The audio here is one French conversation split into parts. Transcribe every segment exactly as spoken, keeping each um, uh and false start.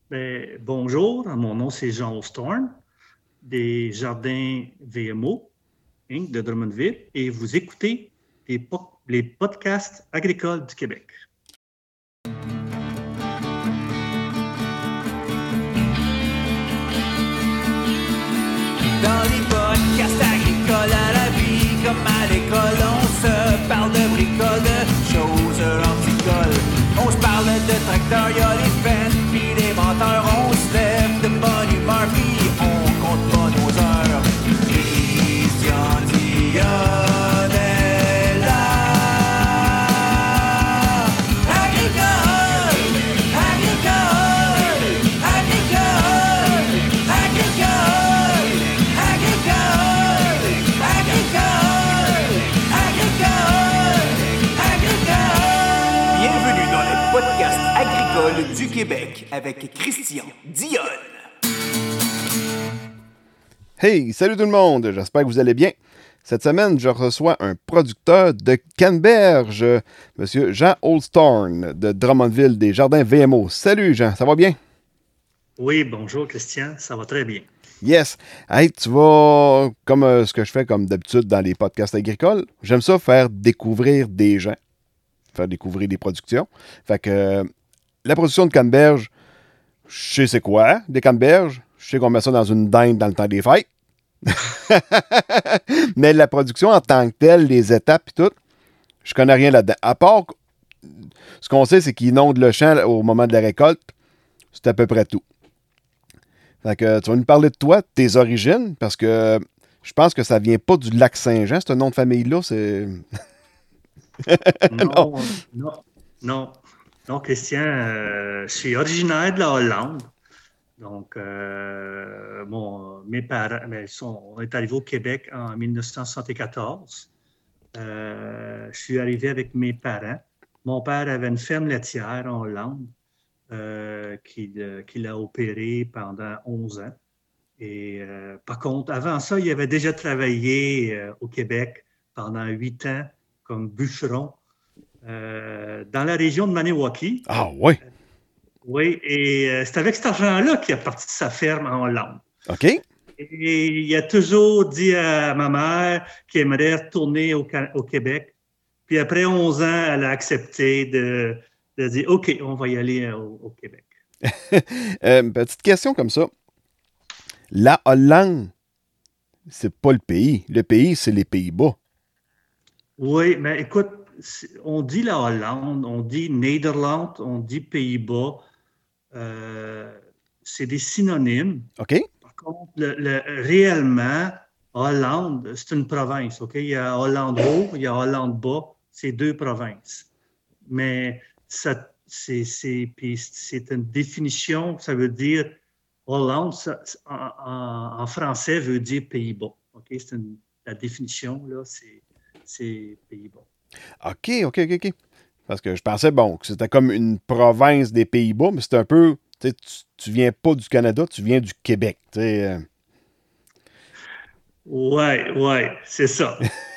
Ben, bonjour, mon nom c'est Jean Ostorn des Jardins V M O hein, de Drummondville et vous écoutez les, po- les podcasts agricoles du Québec. Dans les podcasts agricoles à la vie, comme à l'école, on se parle de bricoles, de choses anticoles. On se parle de tracteurs, y'a les fans, pis les menteurs. On se lève de bonne humeur, pis on compte pas nos heures. Christian Dionne est là. Agricole, agricole, agricole, agricole, agricole, agricole, agricole, agricole. Bienvenue dans le podcast agricole du Québec avec Christian Dionne. Hey, salut tout le monde, j'espère que vous allez bien. Cette semaine, je reçois un producteur de canneberge, M. Jean Ostorn de Drummondville des Jardins V M O. Salut Jean, ça va bien? Oui, bonjour Christian, ça va très bien. Yes. Hey, tu vas, comme euh, ce que je fais comme d'habitude dans les podcasts agricoles, j'aime ça faire découvrir des gens, faire découvrir des productions. Fait que euh, la production de canneberge, je sais c'est quoi, des canneberges. Je sais qu'on met ça dans une dinde dans le temps des fêtes. Mais la production en tant que telle, les étapes et tout, je connais rien là-dedans. À part, ce qu'on sait, c'est qu'ils inondent le champ au moment de la récolte. C'est à peu près tout. Fait que tu vas nous parler de toi, de tes origines, parce que je pense que ça vient pas du lac Saint-Jean, ce nom de famille-là, c'est... Non, Non. non, non, non, Christian, euh, je suis originaire de la Hollande. Donc, euh, mon, mes parents, mais sont, on est arrivé au Québec en dix-neuf cent soixante-quatorze. Euh, je suis arrivé avec mes parents. Mon père avait une ferme laitière en Hollande euh, qu'il qui a opérée pendant onze ans. Et euh, par contre, avant ça, il avait déjà travaillé euh, au Québec pendant huit ans comme bûcheron euh, dans la région de Maniwaki. Ah ouais, Oui, et euh, c'est avec cet argent-là qu'il a parti de sa ferme en Hollande. OK. Et il a toujours dit à ma mère qu'il aimerait retourner au, au Québec. Puis après onze ans, elle a accepté de, de dire « OK, on va y aller au, au Québec. » Euh, petite question comme ça. La Hollande, c'est pas le pays. Le pays, c'est les Pays-Bas. Oui, mais écoute, on dit la Hollande, on dit Nederland, on dit Pays-Bas. Euh, c'est des synonymes. OK? Par contre, le, le, réellement, Hollande, c'est une province. OK? Il y a Hollande-Haut, il y a Hollande-Bas. C'est deux provinces. Mais ça, c'est, c'est, puis c'est une définition, ça veut dire Hollande, ça, en, en, en français, veut dire Pays-Bas. OK? C'est une, la définition, là, c'est, c'est Pays-Bas. OK, OK, OK, OK. Parce que je pensais, bon, que c'était comme une province des Pays-Bas, mais c'est un peu, tu sais, tu, tu viens pas du Canada, tu viens du Québec, tu sais. euh. Ouais, ouais, c'est ça.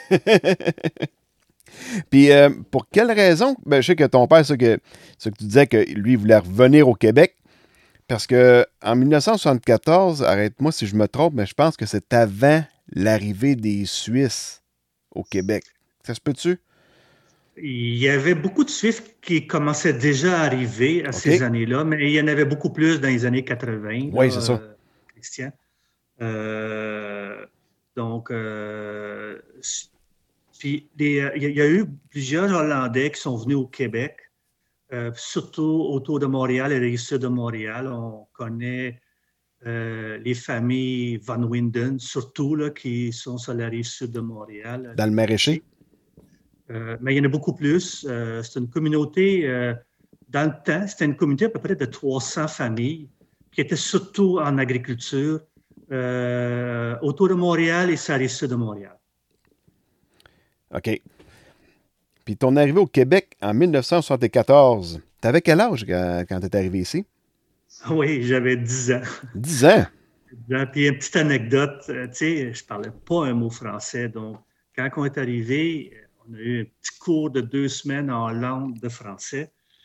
Puis, euh, pour quelle raison? Ben, je sais que ton père, ça que, ça que tu disais que lui, il voulait revenir au Québec, parce que en dix-neuf cent soixante-quatorze, arrête-moi si je me trompe, mais je pense que c'est avant l'arrivée des Suisses au Québec. Ça se peut-tu? Il y avait beaucoup de Suisses qui commençaient déjà à arriver à OK. ces années-là, mais il y en avait beaucoup plus dans les années quatre-vingt. Oui, là, c'est ça. euh, Christian. Euh, donc, euh, puis les, il y a eu plusieurs Hollandais qui sont venus au Québec, euh, surtout autour de Montréal et les sud de Montréal. On connaît euh, les familles Van Winden, surtout, là, qui sont sur la rive sud de Montréal. Dans le maraîcher? Euh, mais il y en a beaucoup plus. Euh, c'est une communauté, euh, dans le temps, c'était une communauté à peu près de trois cents familles qui étaient surtout en agriculture euh, autour de Montréal et sur la rive sud de Montréal. OK. Puis ton arrivée au Québec en dix-neuf cent soixante-quatorze, t'avais quel âge quand, quand t'es arrivé ici? Oui, j'avais dix ans. dix ans? Puis une petite anecdote, tu sais, je parlais pas un mot français, donc quand on est arrivé, on a eu un petit cours de deux semaines en langue de français.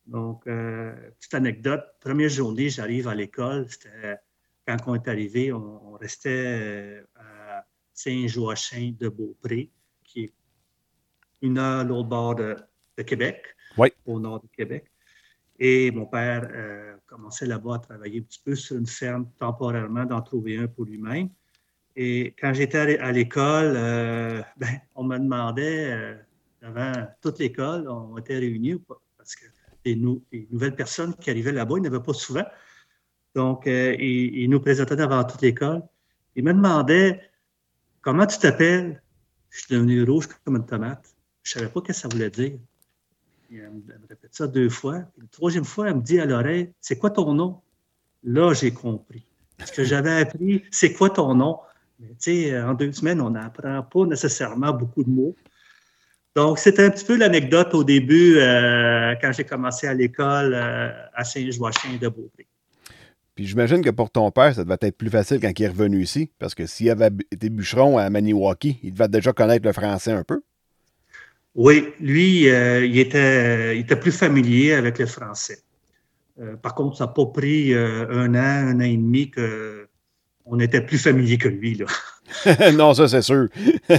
Donc, euh, petite anecdote, première journée, j'arrive à l'école, c'était quand on est arrivé, on, on restait à Saint-Joachim-de-Beaupré, qui est une heure à l'autre bord de, de Québec, Oui. au nord de Québec. Et mon père euh, commençait là-bas à travailler un petit peu sur une ferme temporairement, d'en trouver un pour lui-même. Et quand j'étais à l'école, euh, ben, on me demandait, euh, devant toute l'école, on était réunis ou pas, parce que les, nou- les nouvelles personnes qui arrivaient là-bas, il n'y en avait pas souvent. Donc, euh, il, il nous présentait devant toute l'école. Il me demandait, comment tu t'appelles? Je suis devenu rouge comme une tomate. Je ne savais pas ce que ça voulait dire. Il me, elle me répète ça deux fois. Puis la troisième fois, elle me dit à l'oreille, c'est quoi ton nom? Là, j'ai compris. Ce que j'avais appris, c'est quoi ton nom? Mais tu sais, en deux semaines, on n'apprend pas nécessairement beaucoup de mots. Donc, c'était un petit peu l'anecdote au début, euh, quand j'ai commencé à l'école euh, à Saint-Joachim-de-Beaupré. Puis j'imagine que pour ton père, ça devait être plus facile quand il est revenu ici, parce que s'il avait été bûcheron à Maniwaki, il devait déjà connaître le français un peu. Oui, lui, euh, il, était, il était plus familier avec le français. Euh, par contre, ça n'a pas pris euh, un an, un an et demi qu'on était plus familier que lui, là. Non, ça, c'est sûr.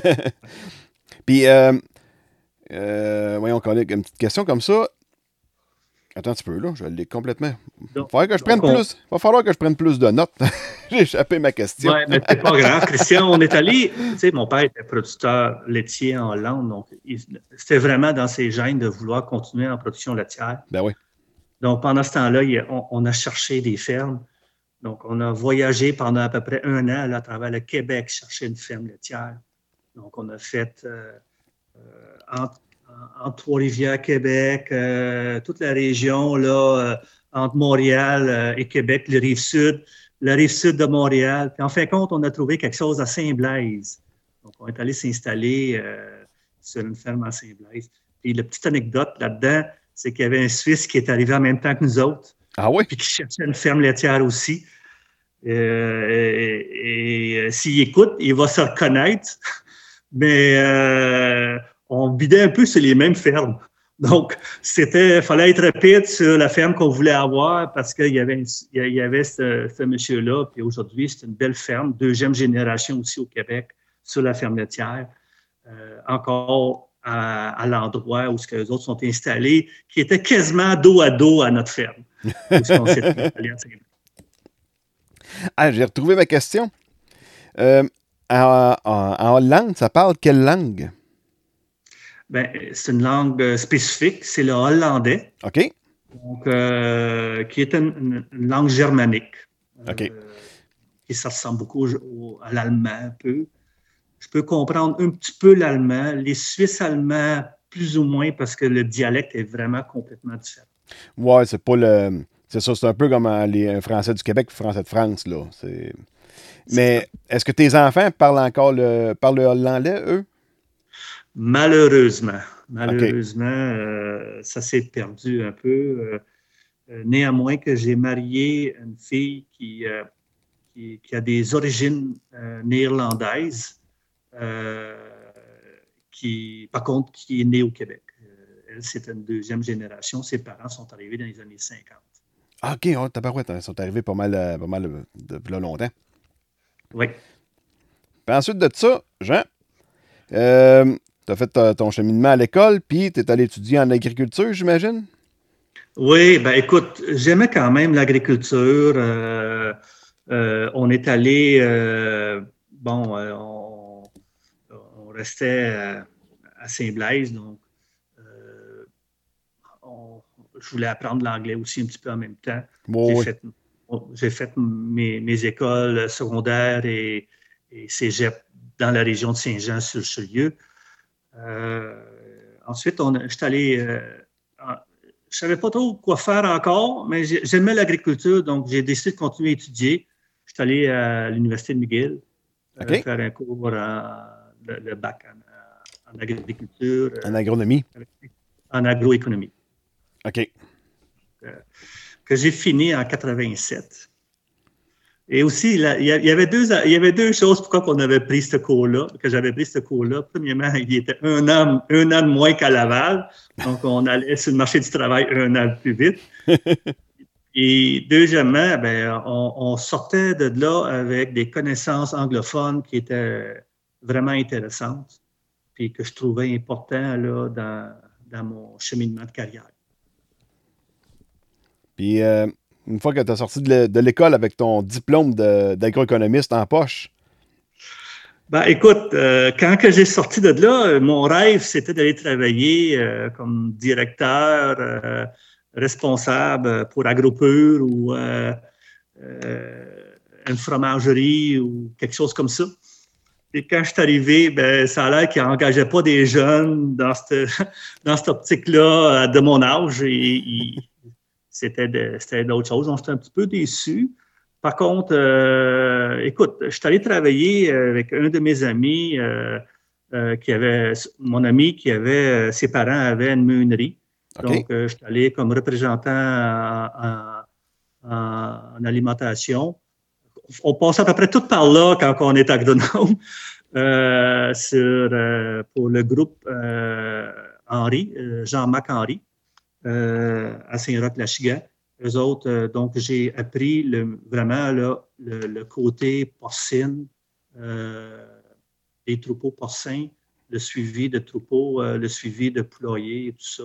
Puis, euh, euh, voyons, qu'on ait une petite question comme ça. Attends un petit peu, là, je l'ai complètement. Il va falloir que je prenne on... plus. Va falloir que je prenne plus de notes. J'ai échappé ma question. Oui, mais c'est pas grave, Christian. On est allé, tu sais, mon père était producteur laitier en Hollande, donc il, c'était vraiment dans ses gènes de vouloir continuer en production laitière. Ben oui. Donc, pendant ce temps-là, il, on, on a cherché des fermes. Donc, on a voyagé pendant à peu près un an là, à travers le Québec, chercher une ferme laitière. Donc, on a fait euh, euh, entre, entre Trois-Rivières, Québec, euh, toute la région, là, euh, entre Montréal euh, et Québec, le Rive-Sud, la Rive-Sud de Montréal. Puis, en fin de compte, on a trouvé quelque chose à Saint-Blaise. Donc, on est allé s'installer euh, sur une ferme à Saint-Blaise. Puis, la petite anecdote là-dedans, c'est qu'il y avait un Suisse qui est arrivé en même temps que nous autres. Ah oui? Puis qui cherchait une ferme laitière aussi. Euh, et, et s'il écoute, il va se reconnaître. Mais euh, on bidait un peu sur les mêmes fermes. Donc, c'était, fallait être rapide sur la ferme qu'on voulait avoir parce qu'il y avait, il y avait ce, ce monsieur-là. Puis aujourd'hui, c'est une belle ferme, deuxième génération aussi au Québec, sur la ferme laitière. Euh, encore à, à l'endroit où ce que les autres sont installés, qui était quasiment dos à dos à notre ferme. Où on s'est installé à Saint-Blaise. Ah, j'ai retrouvé ma question. Euh, en, en, en Hollande, ça parle quelle langue? Ben, c'est une langue spécifique, c'est le hollandais. OK. Donc, euh, qui est une, une langue germanique. OK. Euh, qui ça ressemble beaucoup au, à l'allemand un peu. Je peux comprendre un petit peu l'allemand. Les Suisses allemands, plus ou moins, parce que le dialecte est vraiment complètement différent. Ouais, c'est pas le. C'est ça, c'est un peu comme les Français du Québec et les Français de France, là. C'est... Mais c'est est-ce que tes enfants parlent encore le, parlent le hollandais, eux? Malheureusement. Malheureusement, okay. euh, ça s'est perdu un peu. Euh, néanmoins que j'ai marié une fille qui, euh, qui, qui a des origines euh, néerlandaises. Euh, qui, par contre, qui est née au Québec. Euh, elle, c'est une deuxième génération. Ses parents sont arrivés dans les années cinquante. Ah, OK, oh, tabarouette, ils sont arrivés pas mal, pas mal de, de, de longtemps. Oui. Puis ensuite de ça, Jean, euh, tu as fait ta, ton cheminement à l'école, puis tu es allé étudier en agriculture, j'imagine? Oui, ben écoute, j'aimais quand même l'agriculture. Euh, euh, on est allé, euh, bon, euh, on, on restait à, à Saint-Blaise, donc euh, on, je voulais apprendre l'anglais aussi un petit peu en même temps. Oh, j'ai, oui. fait, j'ai fait mes, mes écoles secondaires et, et cégep dans la région de Saint-Jean-sur-Richelieu. Euh, ensuite, on, je suis allé... Euh, en, je ne savais pas trop quoi faire encore, mais j'aimais l'agriculture, donc j'ai décidé de continuer à étudier. Je suis allé à l'Université de McGill okay. euh, faire un cours en, le, le bac en, en agriculture. En agronomie. En agroéconomie. OK. Euh, que j'ai fini en quatre-vingt-sept. Et aussi, là, il y avait deux, il y avait deux choses pourquoi on avait pris ce cours-là, que j'avais pris ce cours-là. Premièrement, il était un an, un an de moins qu'à Laval. Donc, on allait sur le marché du travail un an plus vite. Et deuxièmement, ben, on, on sortait de là avec des connaissances anglophones qui étaient vraiment intéressantes, puis que je trouvais important là, dans, dans mon cheminement de carrière. Puis, euh, une fois que tu as sorti de l'école avec ton diplôme de, d'agroéconomiste en poche? Ben, écoute, euh, quand que j'ai sorti de là, mon rêve, c'était d'aller travailler euh, comme directeur, euh, responsable pour AgroPure ou euh, euh, une fromagerie ou quelque chose comme ça. Et quand je suis arrivé, ben, ça a l'air qu'ils n'engageaient pas des jeunes dans cette, dans cette optique-là de mon âge. Et, et c'était, de, c'était d'autres choses. Donc, j'étais un petit peu déçu. Par contre, euh, écoute, je suis allé travailler avec un de mes amis euh, euh, qui avait, mon ami qui avait, ses parents avaient une meunerie. Okay. Donc, euh, je suis allé comme représentant en, en, en alimentation. On passe à peu près tout par là quand on est agronome euh, sur, euh, pour le groupe euh, Henry, euh, Jean-Marc Henry, euh, à Saint-Roch-la-Chigan. Eux autres, euh, donc j'ai appris le, vraiment là, le, le côté porcine, euh, des troupeaux porcins, le suivi de troupeaux, euh, le suivi de poulaillers et tout ça.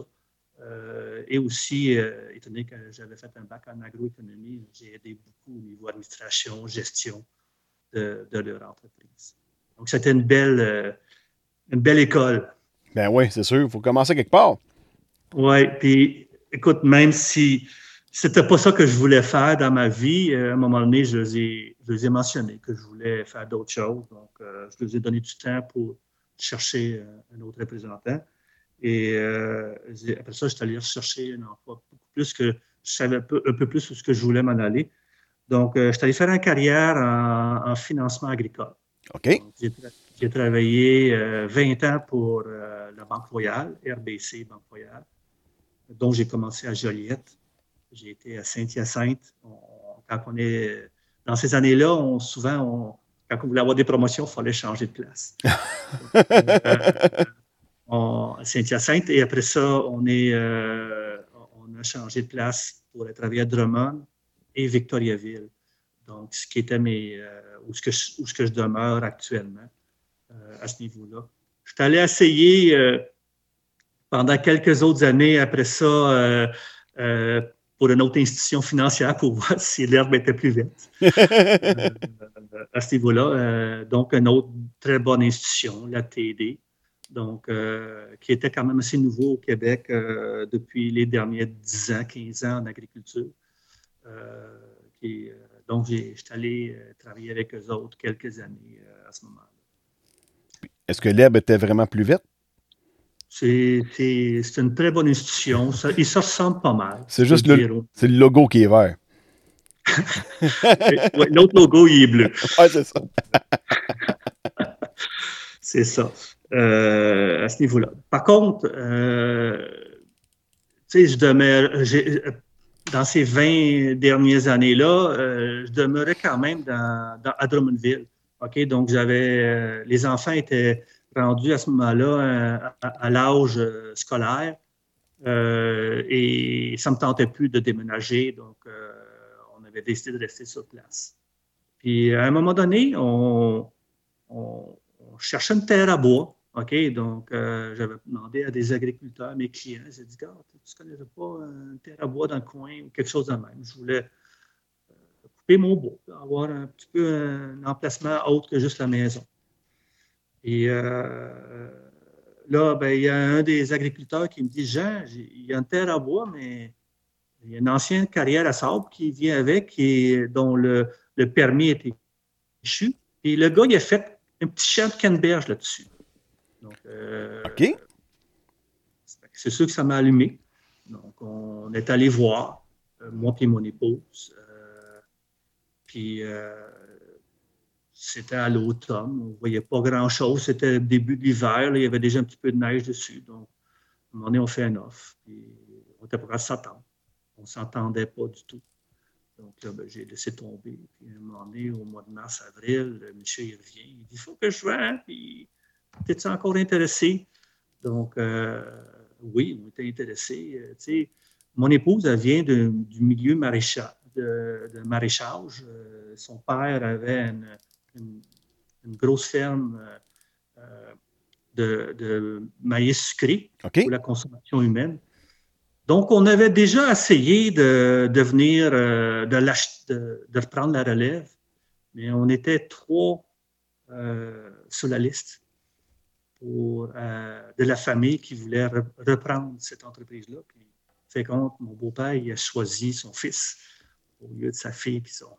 Euh, et aussi, euh, étant donné que j'avais fait un bac en agroéconomie, j'ai aidé beaucoup au niveau administration, gestion de, de leur entreprise. Donc, c'était une belle, euh, une belle école. Ben oui, c'est sûr. Il faut commencer quelque part. Oui, puis écoute, même si c'était pas ça que je voulais faire dans ma vie, à un moment donné, je les ai, je les ai mentionné que je voulais faire d'autres choses. Donc, euh, je leur ai donné du temps pour chercher euh, un autre représentant. Et euh, après ça, je suis allé rechercher un emploi beaucoup plus que je savais un peu, un peu plus où ce que je voulais m'en aller. Donc, euh, je suis allé faire une carrière en, en financement agricole. OK. Donc, j'ai, tra- j'ai travaillé euh, vingt ans pour euh, la Banque Royale, R B C Banque Royale, dont j'ai commencé à Joliette. J'ai été à Saint-Hyacinthe. On, quand on est dans ces années-là, on, souvent, on, quand on voulait avoir des promotions, il fallait changer de place. Donc, euh, on, à Saint-Hyacinthe. Et après ça, on, est, euh, on a changé de place pour travailler à Drummond et Victoriaville. Donc, ce qui était mes, euh, où, ce que je, où ce que je demeure actuellement euh, à ce niveau-là. Je suis allé essayer euh, pendant quelques autres années après ça euh, euh, pour une autre institution financière pour voir si l'herbe était plus verte. euh, à ce niveau-là. Euh, donc, une autre très bonne institution, la T D. Donc, euh, qui était quand même assez nouveau au Québec euh, depuis les derniers dix ans, quinze ans en agriculture. Euh, qui, euh, donc, j'ai, je suis allé euh, travailler avec eux autres quelques années euh, à ce moment-là. Est-ce que l'herbe était vraiment plus vite? C'est, c'est, c'est une très bonne institution. Ça, ils se ressemblent pas mal. C'est juste le, c'est le logo qui est vert. Ouais, l'autre logo, il est bleu. Oui, c'est ça. C'est ça. Euh, à ce niveau-là. Par contre, euh, tu sais, je demeure, j'ai, dans ces vingt dernières années-là, euh, je demeurais quand même dans, dans, à Drummondville. OK? Donc, j'avais, euh, les enfants étaient rendus à ce moment-là euh, à, à l'âge euh, scolaire euh, et ça ne me tentait plus de déménager. Donc, euh, on avait décidé de rester sur place. Puis, à un moment donné, on, on, on cherchait une terre à bois. OK, donc euh, j'avais demandé à des agriculteurs, mes clients, j'ai dit, regarde, tu ne connais pas une terre à bois dans le coin ou quelque chose de même. Je voulais euh, couper mon bois, avoir un petit peu un emplacement autre que juste la maison. Et euh, là, ben, il y a un des agriculteurs qui me dit, Jean, il y a une terre à bois, mais il y a une ancienne carrière à sable qui vient avec, qui, dont le, le permis était échu. Et le gars, il a fait un petit champ de canneberge là-dessus. Donc, euh, OK. C'est sûr que ça m'a allumé. Donc, on est allé voir, euh, moi et mon épouse. Euh, puis, euh, c'était à l'automne. On ne voyait pas grand-chose. C'était le début de l'hiver. Là, il y avait déjà un petit peu de neige dessus. Donc, à un moment donné, on fait un offre. Puis, on était prêt à s'attendre. On ne s'entendait pas du tout. Donc là, ben, j'ai laissé tomber. Puis à un moment donné, au mois de mars, avril, le monsieur, il revient. Il dit, il faut que je vende. Puis, es-tu encore intéressé? Donc, euh, oui, on était intéressés. Euh, tu sais, mon épouse, elle vient de, du milieu maraîchage. De, de maraîchage. Euh, son père avait une, une, une grosse ferme euh, de, de maïs sucré okay. pour la consommation humaine. Donc, on avait déjà essayé de, de venir, euh, de, de, de reprendre la relève, mais on était trois euh, sur la liste pour, euh, de la famille qui voulait re- reprendre cette entreprise-là. Puis, fait compte, mon beau-père, il a choisi son fils au lieu de sa fille. Puis son...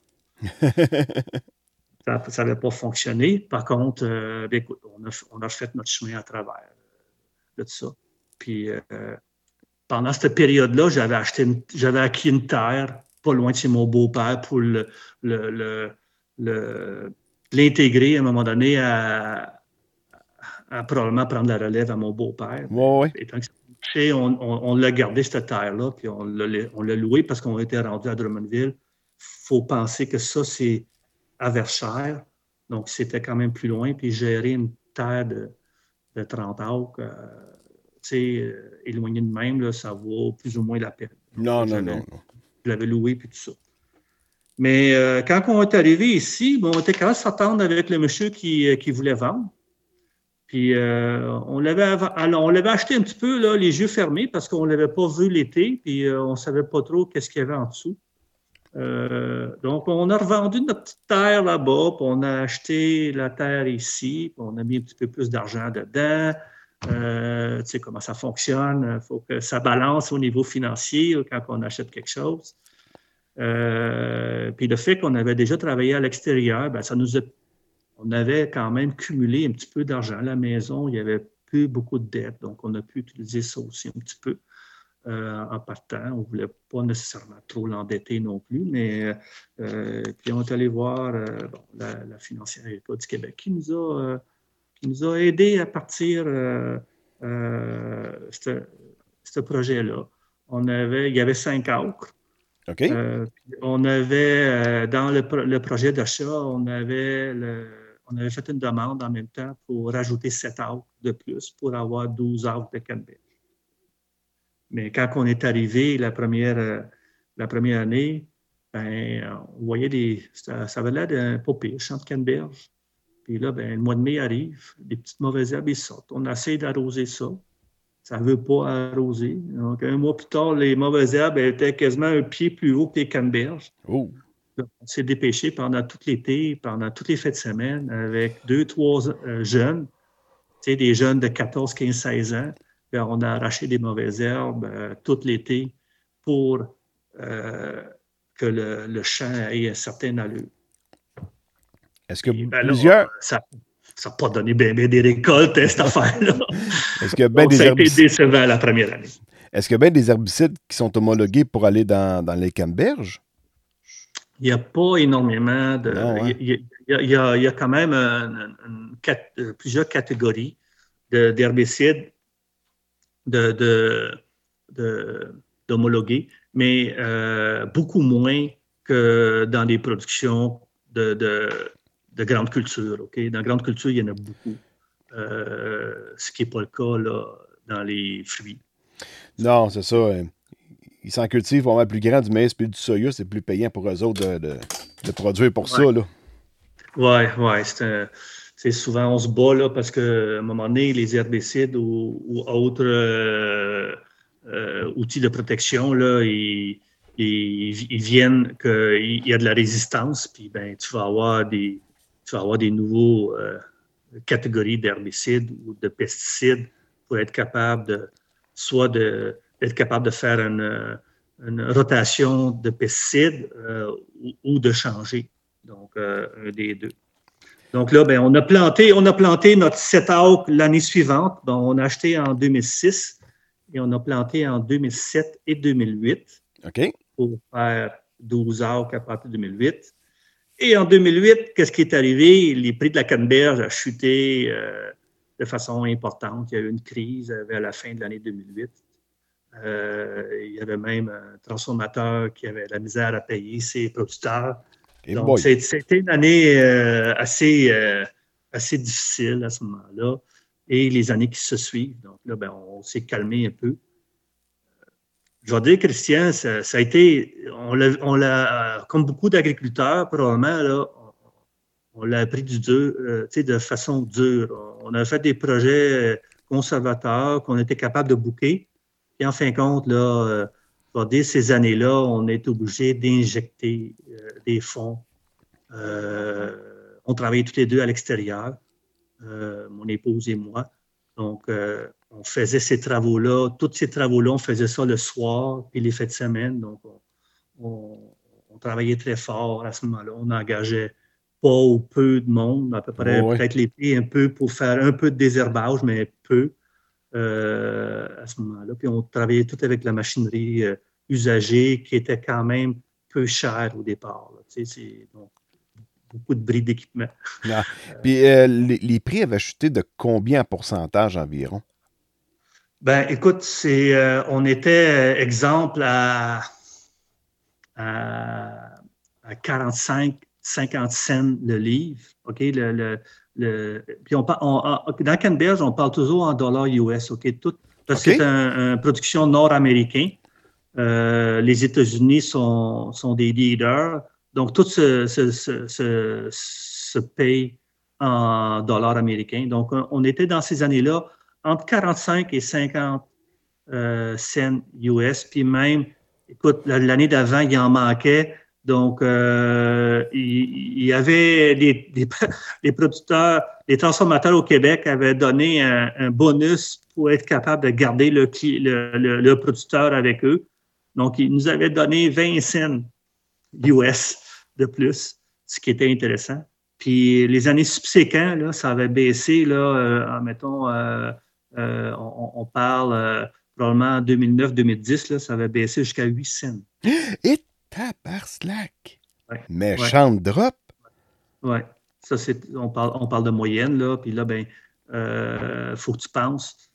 ça n'avait pas fonctionné. Par contre, euh, bien, écoute, on a, on a fait notre chemin à travers de tout ça. Puis, euh, pendant cette période-là, j'avais acheté une, j'avais acquis une terre pas loin de chez mon beau-père pour le, le, le, le, l'intégrer à un moment donné à, à, à probablement prendre la relève à mon beau-père. Ouais, ouais. Et tant que ça marchait, on, on, on l'a gardé, cette terre-là, puis on l'a, on l'a loué parce qu'on était rendu à Drummondville. Il faut penser que ça, c'est à Verchères. Donc, c'était quand même plus loin. Puis gérer une terre de, de trente acres, euh, Euh, éloigné de même, là, ça vaut plus ou moins la peine. Donc, non, là, non, non, non. Je l'avais loué puis tout ça. Mais euh, quand on est arrivé ici, bon, on était quand même s'attendre avec le monsieur qui, qui voulait vendre. Puis euh, on, l'avait, alors, on l'avait acheté un petit peu là, les yeux fermés parce qu'on ne l'avait pas vu l'été, puis euh, on ne savait pas trop qu'est-ce qu'il y avait en dessous. Euh, donc, on a revendu notre petite terre là-bas, puis on a acheté la terre ici, puis on a mis un petit peu plus d'argent dedans. Euh, tu sais comment ça fonctionne, il faut que ça balance au niveau financier quand on achète quelque chose. Euh, puis le fait qu'on avait déjà travaillé à l'extérieur, ben, ça nous a, on avait quand même cumulé un petit peu d'argent à la maison, il n'y avait plus beaucoup de dettes, donc on a pu utiliser ça aussi un petit peu euh, en partant. On ne voulait pas nécessairement trop l'endetter non plus, mais euh, puis on est allé voir euh, bon, la, la financière du Québec qui nous a... Euh, qui nous a aidé à partir euh, euh, ce projet-là. On avait, il y avait cinq acres. Okay. Euh, on avait, euh, dans le, le projet d'achat, on avait, le, on avait fait une demande en même temps pour rajouter sept acres de plus pour avoir douze acres de canneberge. Mais quand on est arrivé la première, euh, la première année, ben, on voyait des, ça, ça avait l'air d'un pas pire, champ de canneberge. Puis là, ben, le mois de mai arrive, des petites mauvaises herbes ils sortent. On essaie d'arroser ça. Ça ne veut pas arroser. Donc, un mois plus tard, les mauvaises herbes étaient quasiment un pied plus haut que les canneberges. Oh. On s'est dépêché pendant tout l'été, pendant toutes les fêtes de semaine, avec deux, trois euh, jeunes, tu sais, des jeunes de quatorze, quinze, seize ans. Puis on a arraché des mauvaises herbes euh, tout l'été pour euh, que le, le champ ait un certain allure. Est-ce que Et ben plusieurs... Là, ça n'a pas donné bien, bien des récoltes, hein, cette affaire-là. Est-ce que ben Donc, des ça a herbicides... été décevant la première année. Est-ce qu'il y a bien des herbicides qui sont homologués pour aller dans, dans les canneberges? Il n'y a pas énormément de... Non, hein? il, y a, il, y a, il, y a, il y a quand même une, une, une, plusieurs catégories de, d'herbicides de, de, de, d'homologués, mais euh, beaucoup moins que dans les productions de... de de grande culture, OK? Dans grande culture, il y en a beaucoup. Euh, ce qui n'est pas le cas là, dans les fruits. Non, c'est ça. Ils s'en cultivent vraiment plus grand du maïs puis du soya. C'est plus payant pour eux autres de, de, de produire pour ouais. ça, là. Oui, oui. C'est, un, c'est souvent, on se bat, là, parce qu'à un moment donné, les herbicides ou, ou autres euh, euh, outils de protection, là, ils, ils, ils viennent qu'il y a de la résistance, puis ben, tu vas avoir des... tu vas avoir des nouveaux euh, catégories d'herbicides ou de pesticides pour être capable de, soit de, d'être capable de faire une, une rotation de pesticides euh, ou, ou de changer. Donc, euh, un des deux. Donc là, ben, on a planté, on a planté notre sept acres l'année suivante. Bon, on a acheté en deux mille six et on a planté en deux mille sept et deux mille huit. OK. Pour faire douze acres à partir de deux mille huit. Et en deux mille huit, qu'est-ce qui est arrivé? Les prix de la canneberge ont chuté euh, de façon importante. Il y a eu une crise à la fin de l'année deux mille huit. Euh, il y avait même un transformateur qui avait la misère à payer ses producteurs. Et Donc, boy. c'est- c'était une année euh, assez, euh, assez difficile à ce moment-là et les années qui se suivent. Donc là, ben, on s'est calmé un peu. Je vais dire, Christian, ça, ça a été, on l'a, on l'a, euh, comme beaucoup d'agriculteurs, probablement, là, on, on l'a appris du dur, euh, tu sais, de façon dure. On a fait des projets conservateurs qu'on était capable de booker. Et en fin de compte, là, euh, je vais dire, ces années-là, on est obligé d'injecter euh, des fonds. Euh, on travaillait tous les deux à l'extérieur, euh, mon épouse et moi. Donc, euh, on faisait ces travaux-là, tous ces travaux-là, on faisait ça le soir, puis les fins de semaine. Donc, on, on, on travaillait très fort à ce moment-là. On n'engageait pas ou peu de monde, à peu près, Oh, ouais. peut-être les prix un peu pour faire un peu de désherbage, mais peu euh, à ce moment-là. Puis on travaillait tout avec la machinerie euh, usagée qui était quand même peu chère au départ. Là. Tu sais, c'est donc, beaucoup de bris d'équipement. Ah. Puis euh, les, les prix avaient chuté de combien en pourcentage environ? Ben, écoute, c'est, euh, on était, euh, exemple, à, à, à quarante-cinq, cinquante cents le livre. OK? Le, le, le, puis on, par- on, en- dans Canberge, on parle toujours en dollars U S. OK? Tout, parce que OK. c'est une un production nord-américaine. Euh, les États-Unis sont, sont des leaders. Donc, tout se, se, se, se, se paye en dollars américains. Donc, on, on était dans ces années-là entre quarante-cinq et cinquante euh, cents U S. Puis même, écoute, l'année d'avant, il en manquait. Donc, euh, il, il y avait les, les, les producteurs, les transformateurs au Québec avaient donné un, un bonus pour être capable de garder le, le, le, le producteur avec eux. Donc, ils nous avaient donné vingt cents U S de plus, ce qui était intéressant. Puis les années subséquentes, là, ça avait baissé, là, euh, mettons, euh, euh, on, on parle euh, probablement en deux mille neuf deux mille dix, là, ça avait baissé jusqu'à huit cents. Et tabarslack! Ouais. Méchante drop! Oui. Ça, c'est, on parle, on parle de moyenne, là. Puis là, ben, euh, faut que tu penses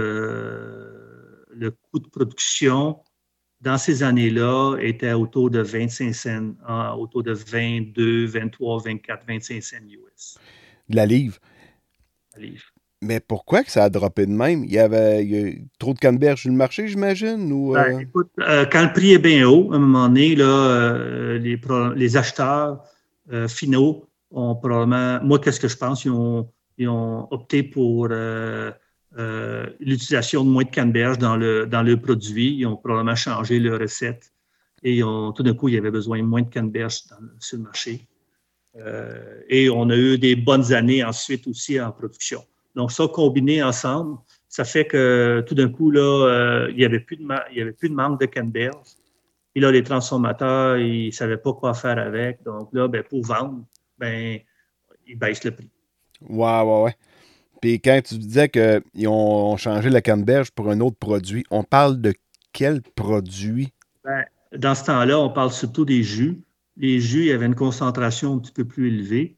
que le coût de production dans ces années-là était autour de vingt-cinq cents, hein, autour de vingt-deux, vingt-trois, vingt-quatre, vingt-cinq cents U S De la livre. à livre. Mais pourquoi que ça a droppé de même? Il y avait il y a eu trop de canneberges sur le marché, j'imagine? Ou, euh... Ben, écoute, euh, quand le prix est bien haut, à un moment donné, là, euh, les, pro- les acheteurs euh, finaux ont probablement, moi, qu'est-ce que je pense? Ils ont, ils ont opté pour euh, euh, l'utilisation de moins de canneberges dans le, dans le produit. Ils ont probablement changé leur recette et ils ont, tout d'un coup, il y avait besoin de moins de canneberges dans le- sur le marché. Euh, et on a eu des bonnes années ensuite aussi en production. Donc, ça combiné ensemble, ça fait que tout d'un coup, là, euh, il n'y avait, plus de ma- il y avait plus de manque de canneberges. Et là, les transformateurs, ils ne savaient pas quoi faire avec. Donc là, ben, pour vendre, ben, ils baissent le prix. Ouais, ouais, ouais. Puis quand tu disais qu'ils ont changé la canneberge pour un autre produit, on parle de quel produit? Ben, dans ce temps-là, on parle surtout des jus. Les jus, il y avait une concentration un petit peu plus élevée.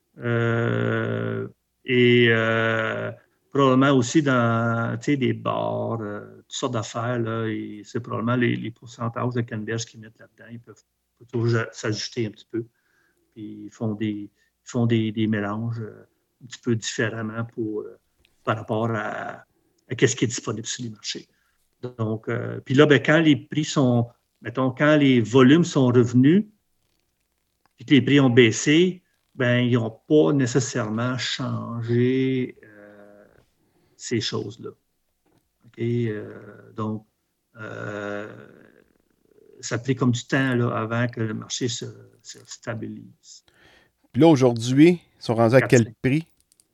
Euh, et euh, probablement aussi dans des bars, euh, toutes sortes d'affaires. Là, et c'est probablement les, les pourcentages de canneberge qu'ils mettent là-dedans. Ils peuvent toujours s'ajuster un petit peu. Puis ils font des, ils font des, des mélanges euh, un petit peu différemment pour, euh, par rapport à, à ce qui est disponible sur les marchés. Donc, euh, puis là, ben, quand les prix sont, mettons, quand les volumes sont revenus, puis que les prix ont baissé, ben, ils n'ont pas nécessairement changé euh, ces choses-là. Okay? Euh, donc, euh, ça a pris comme du temps là, avant que le marché se, se stabilise. Puis là, aujourd'hui, ils sont rendus à quel prix?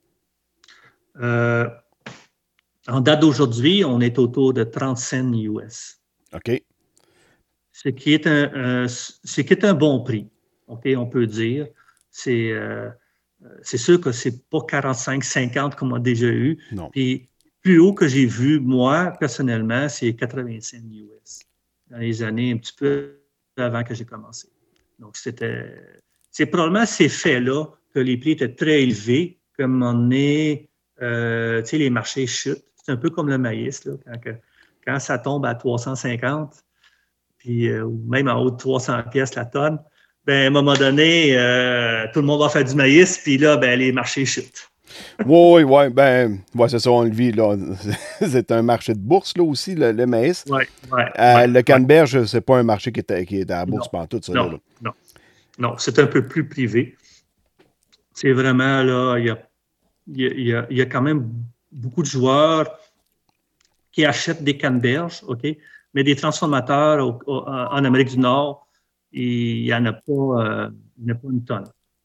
Euh, en date d'aujourd'hui, on est autour de trente cents U S. OK. Ce qui est un, un, ce qui est un bon prix, OK, on peut dire. C'est, euh, c'est sûr que ce n'est pas quarante-cinq, cinquante comme on a déjà eu. Non. Puis, plus haut que j'ai vu, moi, personnellement, c'est quatre-vingts cents U S dans les années un petit peu avant que j'ai commencé. Donc, c'était... C'est probablement ces faits-là que les prix étaient très élevés, comme on est... Euh, tu sais, les marchés chutent. C'est un peu comme le maïs, là, quand, que, quand ça tombe à trois cent cinquante, puis euh, même en haut de trois cents pièces la tonne, ben, à un moment donné, euh, tout le monde va faire du maïs, puis là, ben, les marchés chutent. Oui, oui, oui. Ben, ouais, c'est ça, on le vit, là. C'est un marché de bourse, là, aussi, le, le maïs. Oui, oui. Euh, ouais, le canneberge, c'est pas un marché qui est, qui est à la bourse non, pantoute, ça, non, là. non, non, c'est un peu plus privé. C'est vraiment, là, il y a, il y a, il y a quand même beaucoup de joueurs qui achètent des canneberges, OK? Mais des transformateurs au, au, en Amérique du Nord, il n'y en a pas, euh, il n'y en a pas une tonne.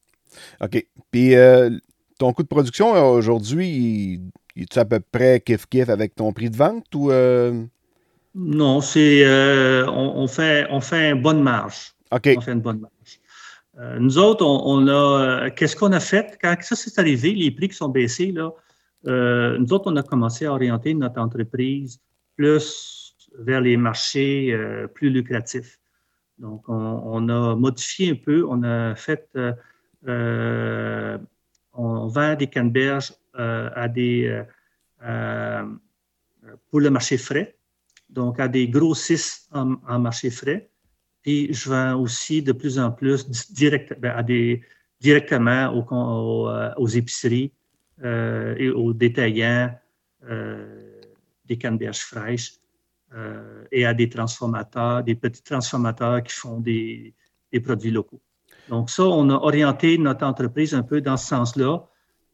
OK. Puis, euh, ton coût de production, euh, aujourd'hui, il, il est à peu près kiff-kiff avec ton prix de vente ou... Euh... Non, c'est euh, on, on, fait, on fait une bonne marge. OK. On fait une bonne marge. Euh, nous autres, on, on a... Qu'est-ce qu'on a fait? Quand ça s'est arrivé, les prix qui sont baissés, là, euh, nous autres, on a commencé à orienter notre entreprise plus vers les marchés euh, plus lucratifs. Donc, on, on a modifié un peu. On a fait... Euh, euh, on vend des canneberges euh, à des... Euh, pour le marché frais. Donc, à des grossistes en, en marché frais. Puis, je vends aussi de plus en plus direct, ben, à des, directement aux, aux, aux épiceries euh, et aux détaillants euh, des canneberges fraîches euh, et à des transformateurs, des petits transformateurs qui font des, des produits locaux. Donc, ça, on a orienté notre entreprise un peu dans ce sens-là.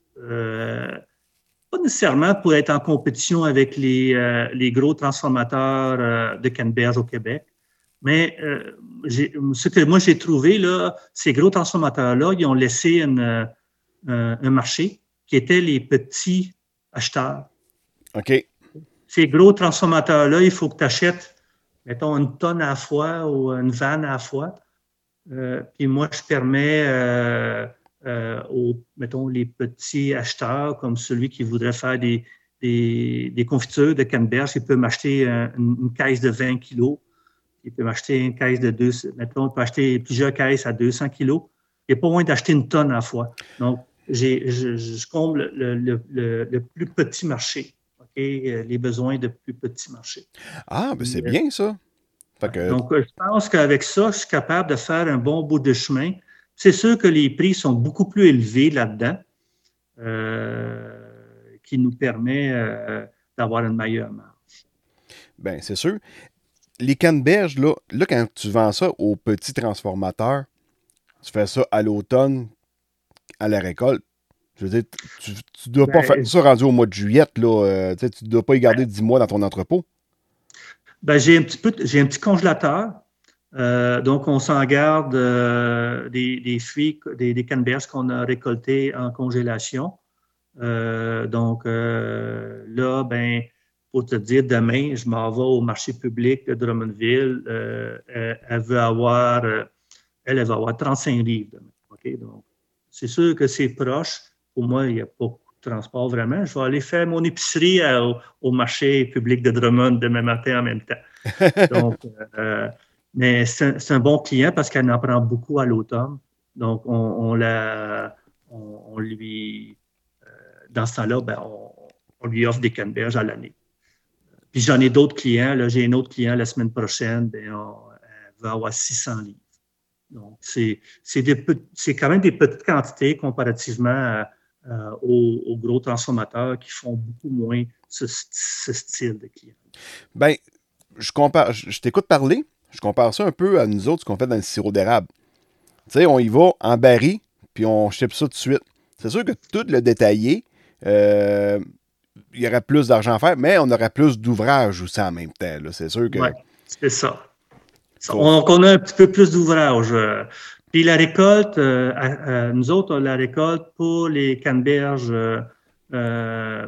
Euh, Pas nécessairement pour être en compétition avec les, euh, les gros transformateurs euh, de canneberge au Québec, mais euh, ce que moi j'ai trouvé, là, ces gros transformateurs-là, ils ont laissé une, euh, un marché qui était les petits acheteurs. OK. Ces gros transformateurs-là, il faut que tu achètes, mettons, une tonne à la fois ou une vanne à la fois. Euh, puis moi, je permets... Euh, Euh, aux, mettons, les petits acheteurs, comme celui qui voudrait faire des, des, des confitures de canneberge, il peut m'acheter un, une, une caisse de vingt kilos, il peut m'acheter une caisse de deux, mettons, il peut acheter plusieurs caisses à deux cents kilos. Il n'y a pas moyen d'acheter une tonne à la fois. Donc, j'ai, je, je comble le, le, le, le plus petit marché, okay? Les besoins de plus petits marchés. Ah, ben c'est bien ça. Fait que... Donc, je pense qu'avec ça, je suis capable de faire un bon bout de chemin. C'est sûr que les prix sont beaucoup plus élevés là-dedans, euh, qui nous permet euh, d'avoir une meilleure marge. Bien, c'est sûr. Les canneberges, là, là, quand tu vends ça aux petits transformateurs, tu fais ça à l'automne, à la récolte. Je veux dire, tu ne dois ben, pas faire ça rendu au mois de juillet, là. Euh, tu ne dois pas y garder dix mois dans ton entrepôt. Ben, j'ai un petit peu, j'ai un petit congélateur. Euh, donc, on s'en garde euh, des, des fruits, des, des canneberges qu'on a récoltés en congélation. Euh, donc, euh, là, ben, pour te dire, demain, je m'en vais au marché public de Drummondville. Euh, elle, elle veut avoir, euh, elle, elle va avoir trente-cinq livres demain. Okay? Donc, c'est sûr que c'est proche. Pour moi, il n'y a pas beaucoup de transport vraiment. Je vais aller faire mon épicerie à, au, au marché public de Drummond demain matin en même temps. Donc, euh, mais c'est un, c'est un bon client parce qu'elle en prend beaucoup à l'automne. Donc, on, on, la, on, on lui, euh, dans ce temps-là, ben, on, on lui offre des canneberges à l'année. Puis j'en ai d'autres clients. Là, j'ai un autre client la semaine prochaine, ben, on, elle va avoir six cents livres. Donc, c'est, c'est, des, c'est quand même des petites quantités comparativement à, à, aux, aux gros transformateurs qui font beaucoup moins ce, ce style de client. Bien, je compare, je, je t'écoute parler. Je compare ça un peu à nous autres, ce qu'on fait dans le sirop d'érable. Tu sais, on y va en baril, puis on ship ça tout de suite. C'est sûr que tout le détaillé, euh, il y aurait plus d'argent à faire, mais on aurait plus d'ouvrage aussi en même temps. Là. C'est sûr que... Oui, c'est ça. Faut... On, on a un petit peu plus d'ouvrage. Puis la récolte, euh, euh, nous autres, on la récolte pour les canneberges euh, euh,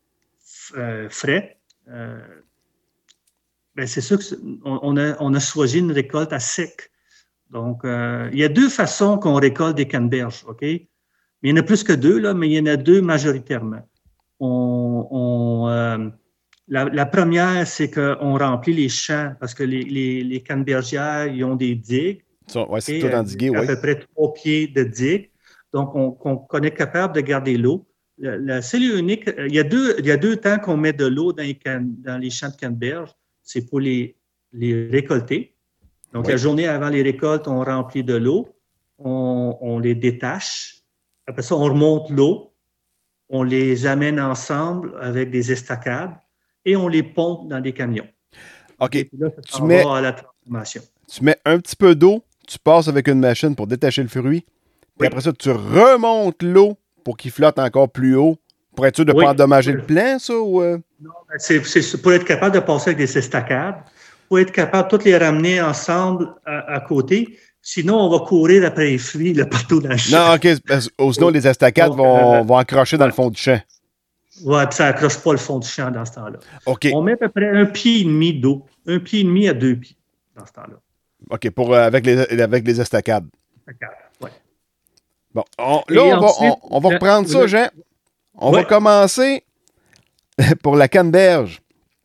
frais. Euh, Ben, c'est sûr qu'on a, on a choisi une récolte à sec. Donc, euh, il y a deux façons qu'on récolte des canneberges, OK? Il y en a plus que deux, là, mais il y en a deux majoritairement. On, on, euh, la, la première, c'est qu'on remplit les champs parce que les, les, les cannebergières, ils ont des digues. Oui, okay? C'est tout endigué, oui. À peu près trois pieds de digues. Donc, on, on est capable de garder l'eau. La, la cellule unique, il y a deux, il y a deux temps qu'on met de l'eau dans les, can, dans les champs de canneberges. c'est pour les, les récolter. Donc, Oui. la journée avant les récoltes, on remplit de l'eau, on, on les détache. Après ça, on remonte l'eau, on les amène ensemble avec des estacades et on les pompe dans des camions. OK. Et puis là, ça Tu s'en mets, va à la transformation. tu mets un petit peu d'eau, tu passes avec une machine pour détacher le fruit, puis Oui. après ça, tu remontes l'eau pour qu'il flotte encore plus haut. Pour être sûr de ne Oui. pas endommager Oui. le plant, ça? Ou euh? Non, ben, c'est, c'est pour être capable de passer avec des estacades, pour être capable de toutes les ramener ensemble à, à côté. Sinon, on va courir après les fruits là, partout dans le champ. Non, OK. Parce, oh, sinon, les estacades Donc, vont, euh, vont accrocher dans ouais. le fond du champ. Ouais, puis ça accroche pas le fond du champ dans ce temps-là. OK. On met à peu près un pied et demi d'eau, un pied et demi à deux pieds dans ce temps-là. OK, pour, euh, avec, les, avec les estacades. Estacades, ouais. Bon, on- Et là, on va, ensuite, on, on va le- reprendre ça, le- Jean. On Ouais. va commencer pour la canneberge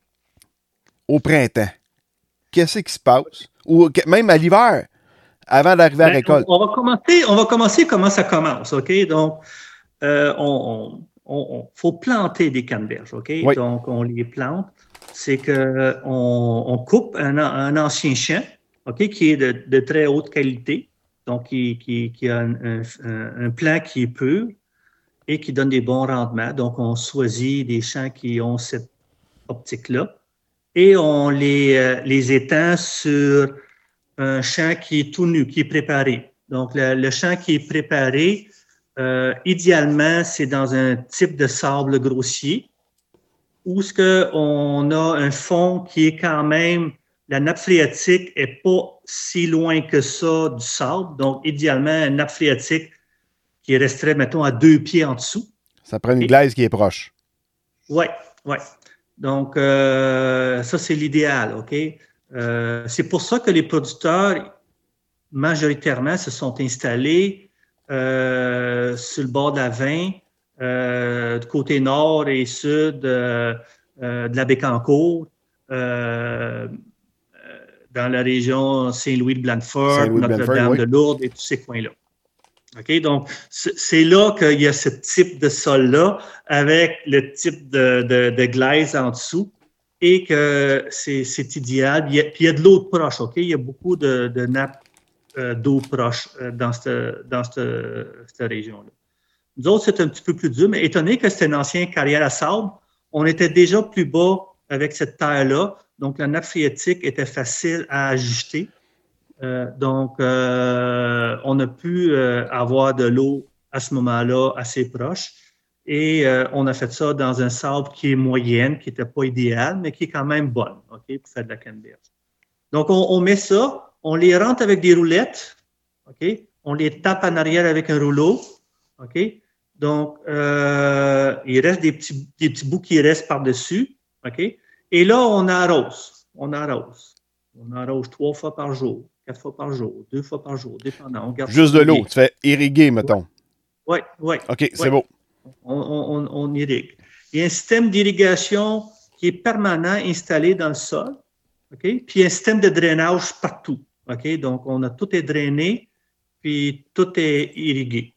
au printemps. Qu'est-ce qui se passe? Ou que- même à l'hiver, avant d'arriver à la Ben, récolte. on, on va commencer, on va commencer comment ça commence, OK? Donc, euh, on, on, on- faut planter des canneberges, OK? Oui. Donc, on les plante. C'est que on, on coupe un, an- un ancien champ, OK, qui est de, de très haute qualité, donc qui, qui, qui a un, un, un plan qui est pur et qui donne des bons rendements. Donc, on choisit des champs qui ont cette optique-là et on les, euh, les étend sur un champ qui est tout nu, qui est préparé. Donc, le, le champ qui est préparé, euh, idéalement, c'est dans un type de sable grossier où ce que on a un fond qui est quand même, la nappe phréatique est pas si loin que ça du sable. Donc, idéalement, une nappe phréatique qui resterait, mettons, à deux pieds en dessous. Ça prend une Et- glaise qui est proche. Oui, oui. Donc, euh, ça, c'est l'idéal, OK? Euh, c'est pour ça que les producteurs, majoritairement, se sont installés euh, sur le bord de la Vin, euh, du côté nord et sud euh, euh, de la Bécancour, euh, euh, dans la région Saint-Louis-de-Blanford, Saint-Louis-de-Blanford, Notre-Dame oui. de Lourdes et tous ces coins-là. OK? Donc, c'est c'est là qu'il y a ce type de sol-là avec le type de, de, de glaise en dessous et que c'est c'est idéal. Il y a, puis il y a de l'eau proche, OK? Il y a beaucoup de, de nappes euh, d'eau proche euh, dans cette, dans cette, cette région-là. Nous autres, c'est un petit peu plus dur, mais étonné que c'était une ancienne carrière à sable, on était déjà plus bas avec cette terre-là. Donc, la nappe phréatique était facile à ajuster. Euh, donc, euh, on a pu euh, avoir de l'eau à ce moment-là assez proche. Et euh, on a fait ça dans un sable qui est moyenne, qui n'était pas idéal, mais qui est quand même bonne, OK, pour faire de la canneberge. Donc, on, on met ça, on les rentre avec des roulettes, OK? On les tape en arrière avec un rouleau, OK? Donc, euh, il reste des petits, des petits bouts qui restent par-dessus, OK? Et là, on arrose. On arrose. On arrose trois fois par jour, quatre fois par jour, deux fois par jour, dépendant. On garde Juste ça de l'eau. irrigué. Tu fais irriguer, mettons. Oui, oui. OK, c'est Ouais. beau. On, on, on irrigue. Il y a un système d'irrigation qui est permanent installé dans le sol, OK? Puis il y a un système de drainage partout, OK? Donc, on a tout est drainé, puis tout est irrigué.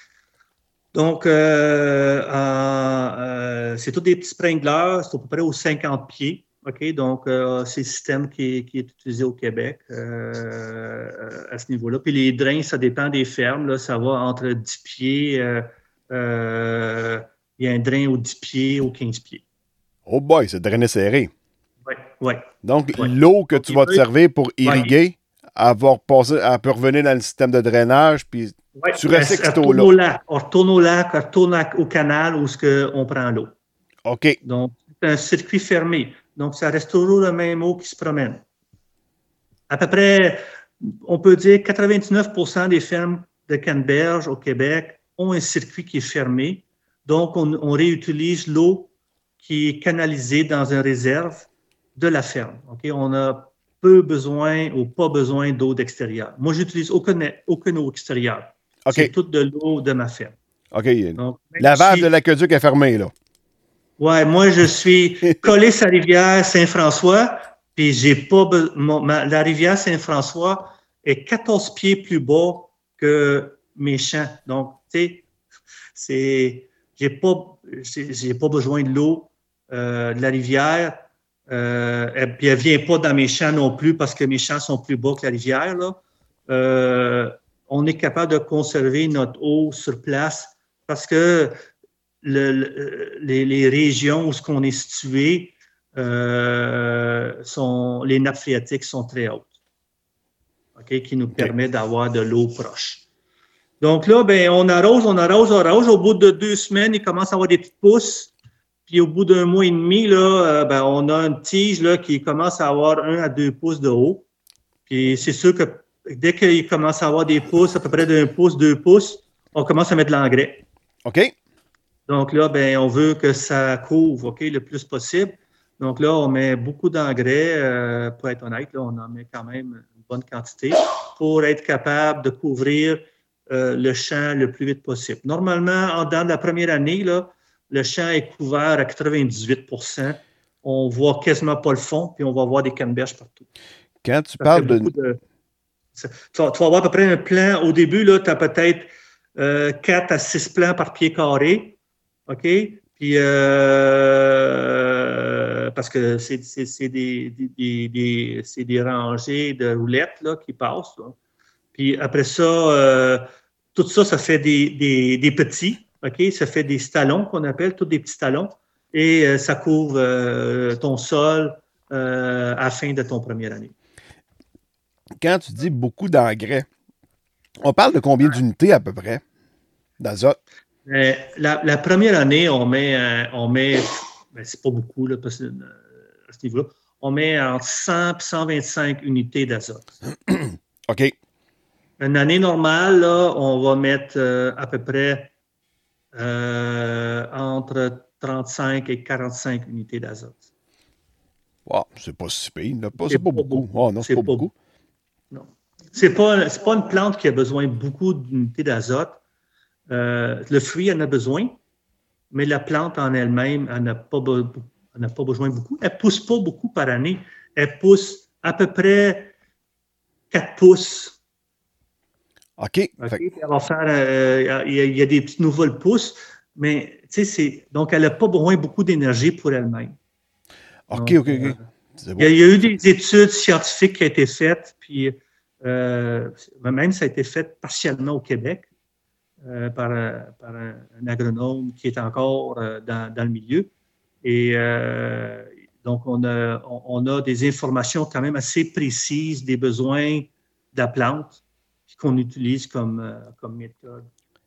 Donc, euh, en, euh, c'est tous des petits sprinklers, c'est à peu près aux cinquante pieds, OK? Donc, euh, c'est le système qui est, qui est utilisé au Québec euh, à ce niveau-là. Puis les drains, ça dépend des fermes, là, ça va entre dix pieds, euh, euh, il y a un drain aux dix pieds, aux quinze pieds. Oh boy, c'est drainé serré. Oui, oui. Donc, Ouais. l'eau que Donc, tu il vas peut- te servir pour irriguer, elle, va repasser, elle peut revenir dans le système de drainage, puis Ouais, tu recycles elle cette retourne eau-là. au lac, on retourne au lac, on retourne à- au canal où ce que on prend l'eau. OK. Donc, c'est un circuit fermé. Donc, ça reste toujours la même eau qui se promène. À peu près, on peut dire quatre-vingt-dix-neuf pour cent des fermes de canneberge au Québec ont un circuit qui est fermé. Donc, on, on réutilise l'eau qui est canalisée dans une réserve de la ferme. OK? On a peu besoin ou pas besoin d'eau d'extérieur. Moi, j'utilise aucune, aucune eau extérieure. OK. C'est toute de l'eau de ma ferme. OK. Donc, même La valve si- de l'aqueduc est fermée, là. Ouais, moi, je suis collé sur la rivière Saint-François, puis j'ai pas be- mon- ma- la rivière Saint-François est quatorze pieds plus bas que mes champs. Donc, tu sais, c'est, j'ai pas, j'ai j'ai pas besoin de l'eau euh, de la rivière Euh, et puis elle ne vient pas dans mes champs non plus parce que mes champs sont plus bas que la rivière. Là. Euh, on est capable de conserver notre eau sur place parce que le, le, les, les régions où on est situé, euh, sont, les nappes phréatiques sont très hautes, okay, qui nous okay. permet d'avoir de l'eau proche. Donc là, ben, on arrose, on arrose, on arrose. Au bout de deux semaines, il commence à avoir des petites pousses. Puis au bout d'un mois et demi, là, ben, on a une tige là, qui commence à avoir un à deux pouces de haut. Puis c'est sûr que dès qu'il commence à avoir des pouces, à peu près d'un pouce, deux pouces, on commence à mettre de l'engrais. OK. Donc là, ben, on veut que ça couvre, OK, le plus possible. Donc là, on met beaucoup d'engrais. Euh, pour être honnête, là, on en met quand même une bonne quantité pour être capable de couvrir euh, le champ le plus vite possible. Normalement, en dans la première année, là, le champ est couvert à quatre-vingt-dix-huit pour cent. On ne voit quasiment pas le fond, puis on va voir des canneberges partout. Quand tu ça parles de... de... Ça, tu, vas, tu vas avoir à peu près un plan. Au début, tu as peut-être euh, quatre à six plants par pied carré. OK? Puis, euh, parce que c'est, c'est, c'est, des, des, des, c'est des rangées de roulettes là, qui passent. Là. Puis après ça, euh, tout ça, ça fait des, des, des petits. OK? Ça fait des stallons qu'on appelle, tous des petits stallons. Et euh, ça couvre euh, ton sol euh, à la fin de ton première année. Quand tu dis beaucoup d'engrais, on parle de combien d'unités à peu près d'azote? Euh, la, la première année, on met, euh, on met ben, c'est pas beaucoup là, parce que, euh, à ce niveau-là, on met entre cent et cent vingt-cinq unités d'azote. OK. Une année normale, là, on va mettre euh, à peu près euh, entre trente-cinq et quarante-cinq unités d'azote. Wow, c'est pas si pire. C'est pas, c'est pas, pas beaucoup. beaucoup. Oh, non, c'est, c'est pas, pas beaucoup. Non. C'est pas, c'est pas une plante qui a besoin de beaucoup d'unités d'azote. Euh, le fruit en a besoin, mais la plante en elle-même en a pas, be- en a pas besoin beaucoup. Elle ne pousse pas beaucoup par année. Elle pousse à peu près quatre pouces. OK. okay? Fait... Elle va faire, euh, il, y a, il y a des petits nouvelles pousses, mais tu sais, c'est, donc elle n'a pas besoin beaucoup d'énergie pour elle-même. OK, donc, OK, OK. Euh, c'est bon. il, y a, il y a eu des études scientifiques qui ont été faites, puis euh, même ça a été fait partiellement au Québec. Euh, par, par un, un agronome qui est encore euh, dans, dans le milieu. Et euh, donc, on a, on, on a des informations quand même assez précises des besoins de la plante qu'on utilise comme, euh, comme méthode.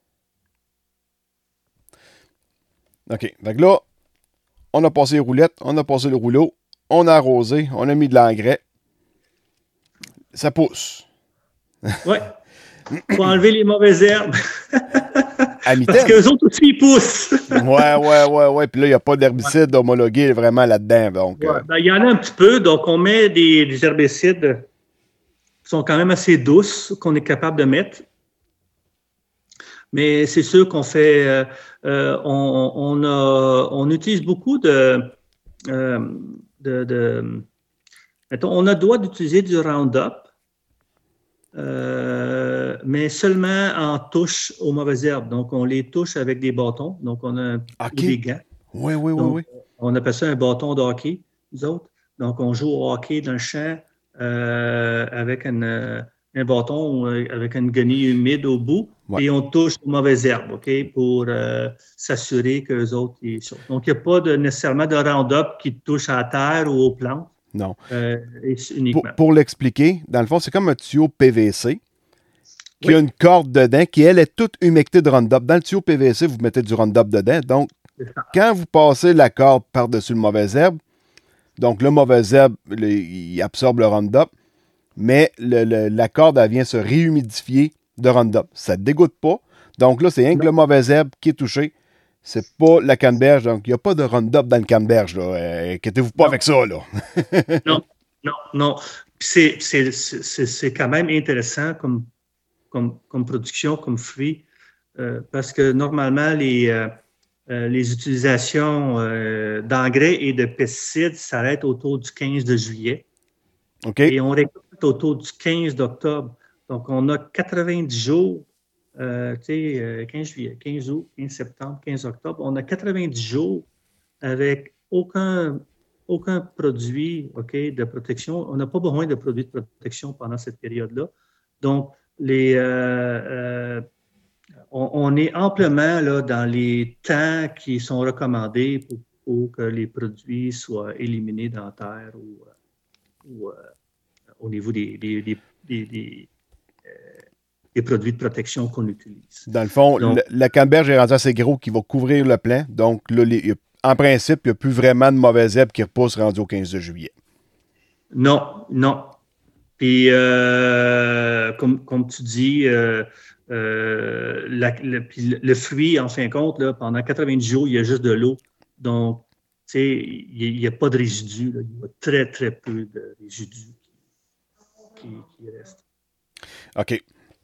OK. Donc là, on a passé les roulettes, on a passé le rouleau, on a arrosé, on a mis de l'engrais. Ça pousse. Oui. Il faut enlever les mauvaises herbes. Parce qu'eux autres aussi, ils poussent. ouais, ouais, ouais, ouais. Puis là, il n'y a pas d'herbicide ouais. homologué vraiment là-dedans. Donc, ouais. euh... ben, il y en a un petit peu. Donc, on met des, des herbicides qui sont quand même assez douces, qu'on est capable de mettre. Mais c'est sûr qu'on fait... Euh, euh, on, on, a, on utilise beaucoup de... Euh, de, de mettons, on a le droit d'utiliser du Roundup. Euh, mais seulement en touche aux mauvaises herbes. Donc, on les touche avec des bâtons. Donc, on a okay. des gants. Oui, oui, oui, oui. On appelle ça un bâton de hockey, nous autres. Donc, on joue au hockey dans le champ euh, avec un, un bâton, avec une guenille humide au bout, ouais. et on touche aux mauvaises herbes, OK, pour euh, s'assurer qu'eux autres, ils sont. Donc, il n'y a pas de, nécessairement de Roundup qui touche à la terre ou aux plantes. Non. Euh, uniquement. Pour, pour l'expliquer, dans le fond, c'est comme un tuyau P V C qui oui. a une corde dedans qui, elle, est toute humectée de Roundup. Dans le tuyau P V C, vous mettez du Roundup dedans. Donc, quand vous passez la corde par-dessus le mauvais herbe, donc le mauvais herbe, le, il absorbe le Roundup, mais le, le, la corde, elle vient se réhumidifier de Roundup. Ça ne dégoûte pas. Donc là, c'est rien que le mauvais herbe qui est touché. C'est pas la canneberge, donc il n'y a pas de Roundup dans le canneberge, là. Euh, inquiétez-vous pas non. avec ça, là. non, non, non. C'est, c'est, c'est, c'est quand même intéressant comme, comme, comme production, comme fruit, euh, parce que normalement, les, euh, les utilisations euh, d'engrais et de pesticides s'arrêtent autour du quinze de juillet. OK. Et on récolte autour du quinze d'octobre. Donc, on a quatre-vingt-dix jours. Euh, tu sais, euh, quinze juillet, quinze août, quinze septembre, quinze octobre, on a quatre-vingt-dix jours avec aucun, aucun produit okay, de protection. On n'a pas besoin de produits de protection pendant cette période-là. Donc, les, euh, euh, on, on est amplement là, dans les temps qui sont recommandés pour, pour que les produits soient éliminés dans la terre ou, ou euh, au niveau des, des, des, des, des, euh, des produits de protection qu'on utilise. Dans le fond, Donc, le, la canneberge est rendue assez gros qui va couvrir le plan. Donc, là, les, en principe, il n'y a plus vraiment de mauvaises herbes qui repoussent rendu au quinze de juillet. Non, non. Puis, euh, comme, comme tu dis, euh, euh, la, le, puis le fruit, en fin de compte, là, pendant quatre-vingt-dix jours, il y a juste de l'eau. Donc, tu sais, il n'y a, a pas de résidus. Là. Il y a très, très peu de résidus qui, qui restent. OK.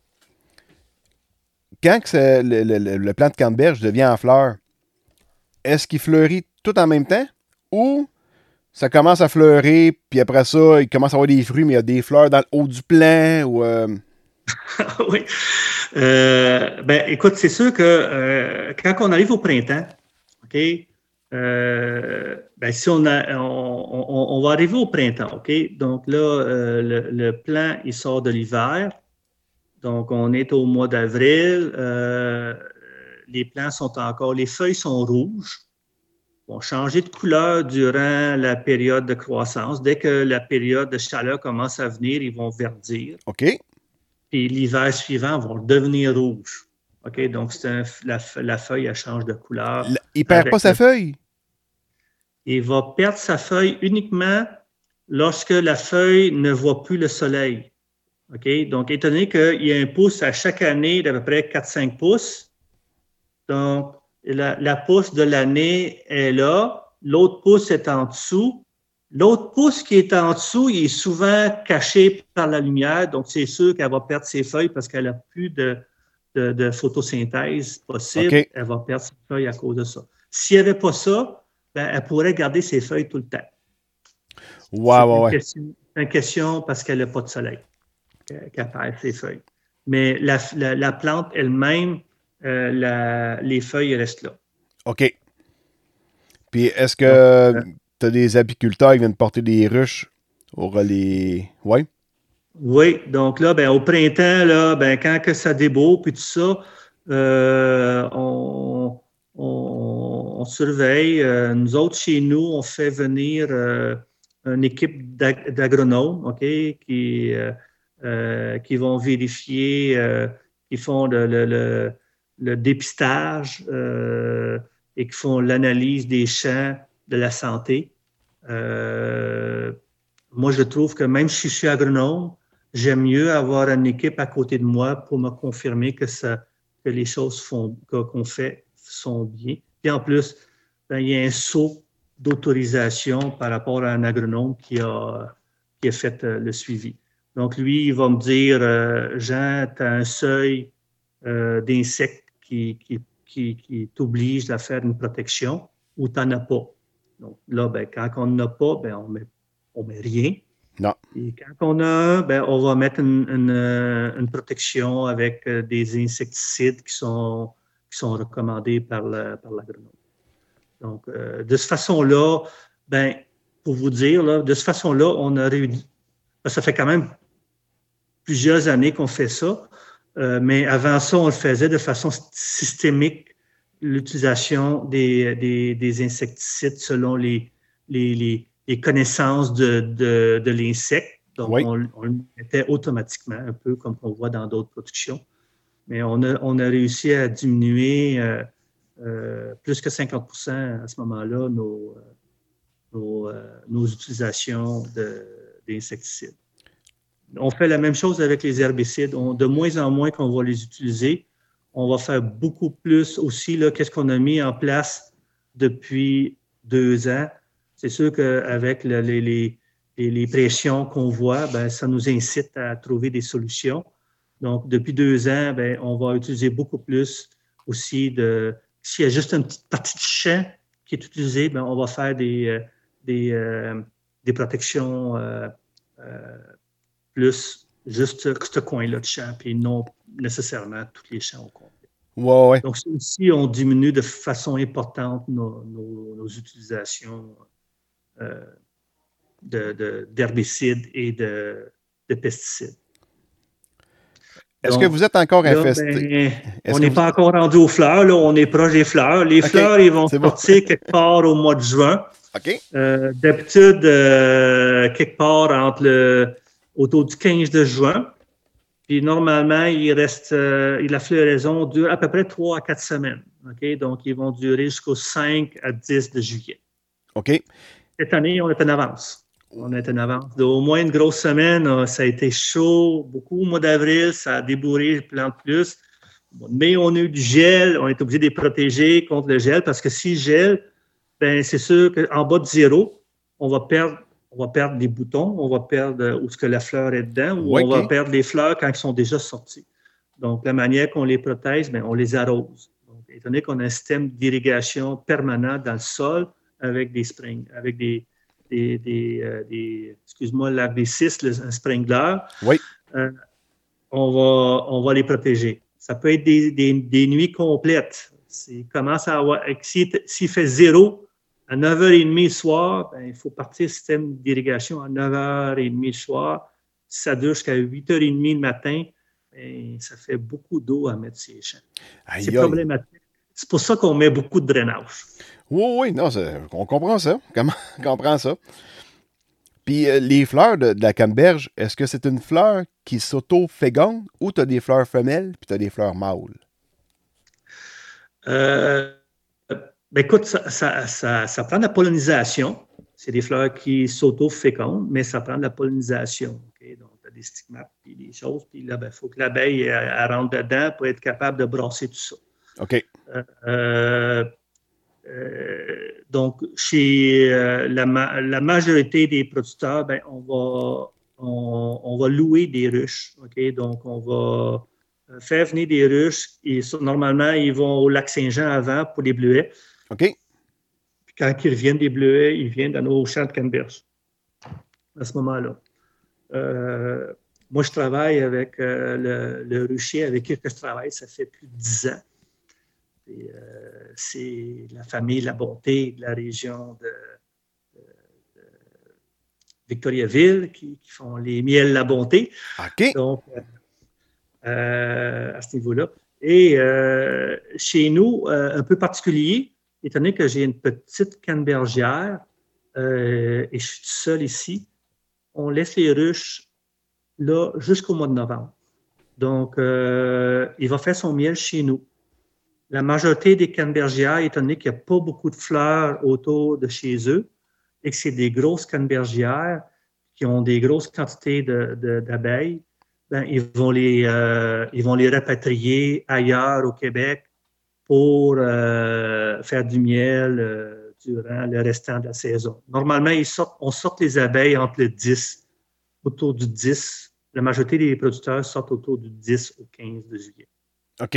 Quand que le, le, le plant de canneberge devient en fleur, est-ce qu'il fleurit tout en même temps ou ça commence à fleurir, puis après ça, il commence à avoir des fruits, mais il y a des fleurs dans le haut du plant ou... Euh... Oui. Euh, ben, écoute, c'est sûr que euh, quand on arrive au printemps, OK, euh, ben, si on, a, on, on, on va arriver au printemps, OK? Donc là, euh, le, le plant, il sort de l'hiver. Donc, on est au mois d'avril. Euh, les plants sont encore... Les feuilles sont rouges. Vont changer de couleur durant la période de croissance. Dès que la période de chaleur commence à venir, ils vont verdir. OK. Puis l'hiver suivant, ils vont devenir rouges. OK? Donc, c'est un, la, la feuille, elle change de couleur. La, il ne perd pas le... sa feuille? Il va perdre sa feuille uniquement lorsque la feuille ne voit plus le soleil. OK? Donc, étant donné qu'il y a un pouce à chaque année d'à peu près quatre à cinq pouces, donc, La, la pousse de l'année est là, l'autre pouce est en dessous. L'autre pouce qui est en dessous, il est souvent caché par la lumière, donc c'est sûr qu'elle va perdre ses feuilles parce qu'elle n'a plus de, de, de photosynthèse possible. Okay. Elle va perdre ses feuilles à cause de ça. S'il n'y avait pas ça, ben, elle pourrait garder ses feuilles tout le temps. Wow, c'est wow, une, question, une question parce qu'elle n'a pas de soleil qu'elle perd ses feuilles. Mais la, la, la plante elle-même, Euh, la, les feuilles restent là. OK. Puis, est-ce que euh, tu as des apiculteurs qui viennent porter des ruches au relais? Oui? Oui. Donc là, ben, au printemps, là, ben, quand que ça débeau, puis tout ça, euh, on, on, on surveille. Euh, nous autres, chez nous, on fait venir euh, une équipe d'ag- d'agronomes, OK, qui, euh, euh, qui vont vérifier, euh, qui font le... le, le le dépistage euh, et qui font l'analyse des champs de la santé. Euh, moi, je trouve que même si je suis agronome, j'aime mieux avoir une équipe à côté de moi pour me confirmer que, ça, que les choses font, qu'on fait sont bien. Puis en plus, ben, il y a un saut d'autorisation par rapport à un agronome qui a, qui a fait euh, le suivi. Donc, lui, il va me dire, euh, Jean, tu as un seuil euh, d'insectes qui, qui, qui, qui t'oblige à faire une protection ou tu n'en as pas. Donc là, ben, quand on n'en a pas, ben, on met, on met rien. Non. Et quand on a un, ben, on va mettre une, une, une protection avec des insecticides qui sont, qui sont recommandés par, le, par l'agronome. Donc, euh, de cette façon-là, ben, pour vous dire, là, de cette façon-là, on a réuni. Ça fait quand même plusieurs années qu'on fait ça. Euh, mais avant ça, on le faisait de façon systémique, l'utilisation des, des, des insecticides selon les, les, les, les connaissances de, de, de l'insecte. Donc, oui. on, on le mettait automatiquement, un peu comme on voit dans d'autres productions. Mais on a, on a réussi à diminuer euh, euh, plus que cinquante pour cent à ce moment-là nos, nos, euh, nos utilisations de, d'insecticides. On fait la même chose avec les herbicides. On, de moins en moins qu'on va les utiliser, on va faire beaucoup plus aussi. Là, qu'est-ce qu'on a mis en place depuis deux ans? C'est sûr qu'avec le, les, les, les pressions qu'on voit, ben, ça nous incite à trouver des solutions. Donc, depuis deux ans, ben, on va utiliser beaucoup plus aussi de... S'il y a juste une petite partie du champ qui est utilisée, ben, on va faire des, des, euh, des protections euh, euh, plus juste ce coin-là de champ, et non nécessairement tous les champs au complet. Ouais, ouais. Donc, aussi, on diminue de façon importante nos, nos, nos utilisations euh, de, de, d'herbicides et de, de pesticides. Est-ce Donc, que vous êtes encore là, infesté? ben, Est-ce on que n'est vous... pas encore rendu aux fleurs. Là, on est proche des fleurs. Les OK, fleurs, ils vont c'est bon. sortir quelque part au mois de juin. OK. Euh, d'habitude, euh, quelque part entre le, autour du quinze de juin. Puis normalement, il reste, euh, la floraison dure à peu près trois à quatre semaines. Okay? Donc, ils vont durer jusqu'au cinq à dix de juillet. OK. Cette année, on est en avance. On est en avance. Au moins une grosse semaine, ça a été chaud. Beaucoup au mois d'avril, ça a débourré les plantes plus. Au mois de mai, on a eu du gel. On est obligé de les protéger contre le gel parce que s'il gèle, ben, c'est sûr qu'en bas de zéro, on va perdre, on va perdre des boutons, on va perdre où est-ce que la fleur est dedans, ou okay. on va perdre les fleurs quand elles sont déjà sorties. Donc, la manière qu'on les protège, ben, on les arrose. Donc, étant donné qu'on a un système d'irrigation permanent dans le sol avec des springs, avec des Des, des, euh, des excuse-moi, l'R D six, le, un sprinkler, oui. euh, on, va, on va les protéger. Ça peut être des, des, des nuits complètes. S'il commence à avoir, s'il, s'il fait zéro à neuf heures trente le soir, ben, il faut partir le système d'irrigation à neuf heures trente le soir. Si ça dure jusqu'à huit heures trente le matin, ben, ça fait beaucoup d'eau à mettre sur les champs. Aïe, c'est problématique. C'est pour ça qu'on met beaucoup de drainage. Oui, oui, non, on comprend ça. Comment on comprend ça? Puis euh, les fleurs de, de la canneberge, est-ce que c'est une fleur qui s'auto-féconde ou tu as des fleurs femelles puis tu as des fleurs mâles? Euh, ben écoute, ça, ça, ça, ça prend de la pollinisation. C'est des fleurs qui s'auto-fécondent, mais ça prend de la pollinisation. Okay? Donc, tu as des stigmates puis des choses. Puis là, il ben, faut que l'abeille elle, elle rentre dedans pour être capable de brasser tout ça. OK. Euh, euh, Euh, donc, chez euh, la, ma- la majorité des producteurs, ben, on, va, on, on va louer des ruches. Okay? Donc, on va faire venir des ruches et ça, normalement, ils vont au lac Saint-Jean avant pour les bleuets. OK. Puis quand ils reviennent des bleuets, ils viennent dans nos champs de canneberge à ce moment-là. Euh, moi, je travaille avec euh, le, le rucher avec qui je travaille, ça fait plus de dix ans. Et, euh, c'est la famille La Bonté de la région de, de, de Victoriaville qui, qui font les miels La Bonté. OK. Donc, euh, à ce niveau-là. Et euh, chez nous, euh, un peu particulier, étant donné que j'ai une petite cannebergière euh, et je suis tout seul ici, on laisse les ruches là jusqu'au mois de novembre. Donc, euh, il va faire son miel chez nous. La majorité des cannebergières, étant donné qu'il n'y a pas beaucoup de fleurs autour de chez eux et que c'est des grosses cannebergières qui ont des grosses quantités de, de, d'abeilles, ben, ils, vont les, euh, ils vont les rapatrier ailleurs au Québec pour euh, faire du miel euh, durant le restant de la saison. Normalement, ils sortent, on sort les abeilles entre le dix, autour du dix. La majorité des producteurs sortent autour du dix au quinze de juillet. OK.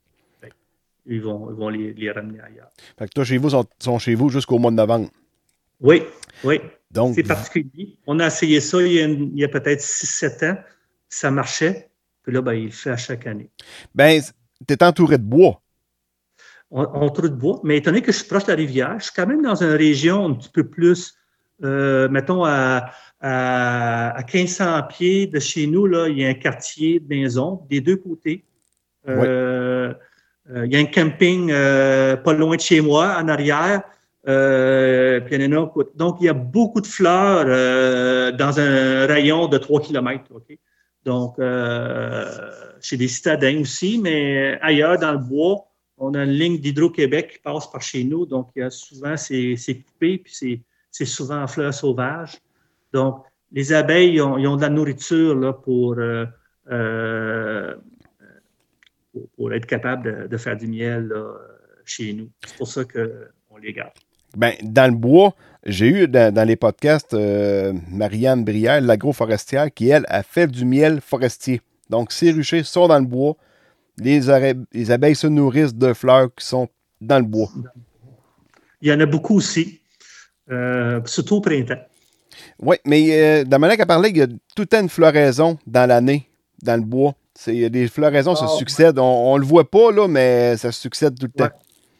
Ils vont, ils vont les, les ramener ailleurs. Fait que toi, chez vous, sont, sont chez vous jusqu'au mois de novembre. Oui, oui. Donc, c'est particulier. On a essayé ça il y a, une, il y a peut-être six sept ans. Ça marchait. Puis là, ben, il le fait à chaque année. Ben, tu es entouré de bois. On, entouré de bois. Mais étant donné que je suis proche de la rivière, je suis quand même dans une région un petit peu plus, euh, mettons, à, à, à quinze cents pieds de chez nous, là, il y a un quartier de maisons des deux côtés. Euh, oui. Euh, il y a un camping euh, pas loin de chez moi, en arrière. Euh, puis il y en a un, donc, il y a beaucoup de fleurs euh, dans un rayon de trois kilomètres. Okay? Donc, euh, chez des citadins aussi, mais ailleurs dans le bois, on a une ligne d'Hydro-Québec qui passe par chez nous. Donc, il y a souvent, c'est, c'est coupé, puis c'est, c'est souvent en fleurs sauvages. Donc, les abeilles, ils ont, ils ont de la nourriture là, pour... Euh, euh, Pour, pour être capable de, de faire du miel là, chez nous. C'est pour ça qu'on les garde. Ben, dans le bois, j'ai eu dans, dans les podcasts euh, Marianne Brière, l'agroforestière, qui, elle, a fait du miel forestier. Donc, ces ruchers sont dans le bois. Les, arab- les abeilles se nourrissent de fleurs qui sont dans le bois. Il y en a beaucoup aussi, euh, surtout au printemps. Oui, mais euh, dans manière qu'elle parlait, il y a tout le temps une floraison dans l'année, dans le bois. C'est, les floraisons oh, se succèdent. On ne le voit pas, là, mais ça se succède tout le ouais. temps.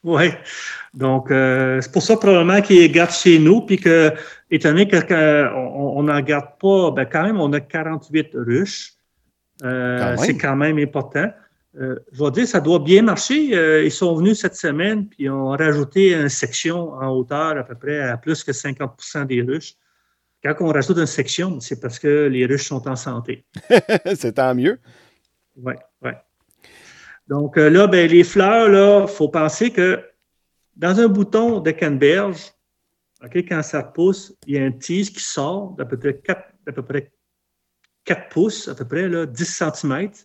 Oui. Donc, euh, c'est pour ça probablement qu'ils les gardent chez nous, puis que, étant donné qu'on n'en garde pas, ben quand même, on a quarante-huit ruches. Euh, Quand c'est même. quand même important. Euh, je vais dire, ça doit bien marcher. Euh, ils sont venus cette semaine, puis ont rajouté une section en hauteur à peu près à plus que cinquante pour cent des ruches. Quand on rajoute une section, c'est parce que les ruches sont en santé. C'est tant mieux. Oui, oui. Donc euh, là, ben, les fleurs, il faut penser que dans un bouton de canneberge, okay, quand ça pousse, il y a un tige qui sort d'à peu près quatre, d'à peu près quatre pouces, à peu près là, dix centimètres.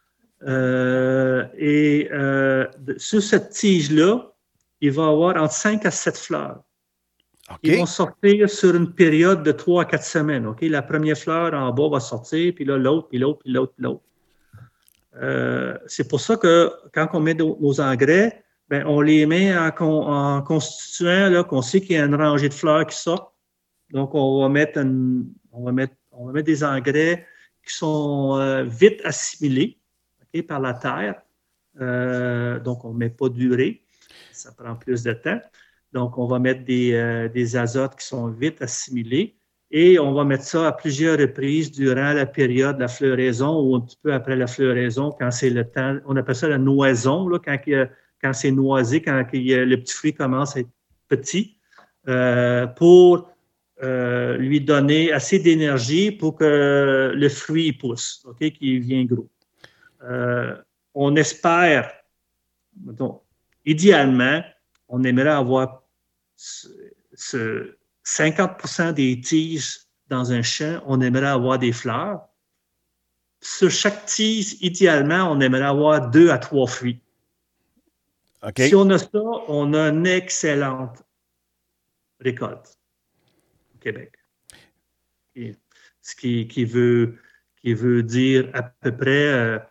Euh, et euh, sur cette tige-là, il va y avoir entre cinq à sept fleurs. Okay. Ils vont sortir sur une période de trois à quatre semaines. Okay? La première fleur en bas va sortir, puis là, l'autre, puis l'autre, puis l'autre, puis l'autre. Euh, c'est pour ça que quand on met nos, nos engrais, ben, on les met en, en constituant, là, qu'on sait qu'il y a une rangée de fleurs qui sort. Donc, on va mettre, une, on va mettre, on va mettre des engrais qui sont euh, vite assimilés, okay, par la terre. Euh, donc, on ne met pas d'urée. Ça prend plus de temps. Donc, on va mettre des, euh, des azotes qui sont vite assimilés. Et on va mettre ça à plusieurs reprises durant la période de la floraison ou un petit peu après la floraison, quand c'est le temps. On appelle ça la noison, là, quand, il y a, quand c'est noisé, quand il y a, le petit fruit commence à être petit, euh, pour euh, lui donner assez d'énergie pour que le fruit pousse, okay, qu'il vienne gros. Euh, on espère, mettons, idéalement, on aimerait avoir ce, ce cinquante pour cent des tiges dans un champ, on aimerait avoir des fleurs. Sur chaque tige, idéalement, on aimerait avoir deux à trois fruits. Okay. Si on a ça, on a une excellente récolte au Québec. Et ce qui, qui, veut, qui veut dire à peu près euh,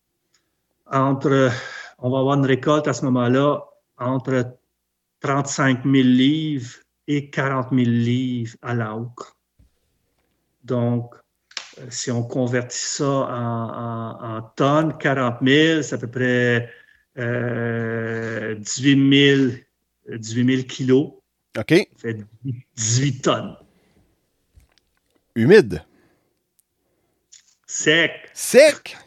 entre, on va avoir une récolte à ce moment-là entre trente-cinq mille livres et quarante mille livres à l'acre. Donc, euh, si on convertit ça en, en, en tonnes, quarante mille, c'est à peu près euh, dix-huit mille kilos. OK. Ça fait dix-huit tonnes. Humide. Sec. Sec?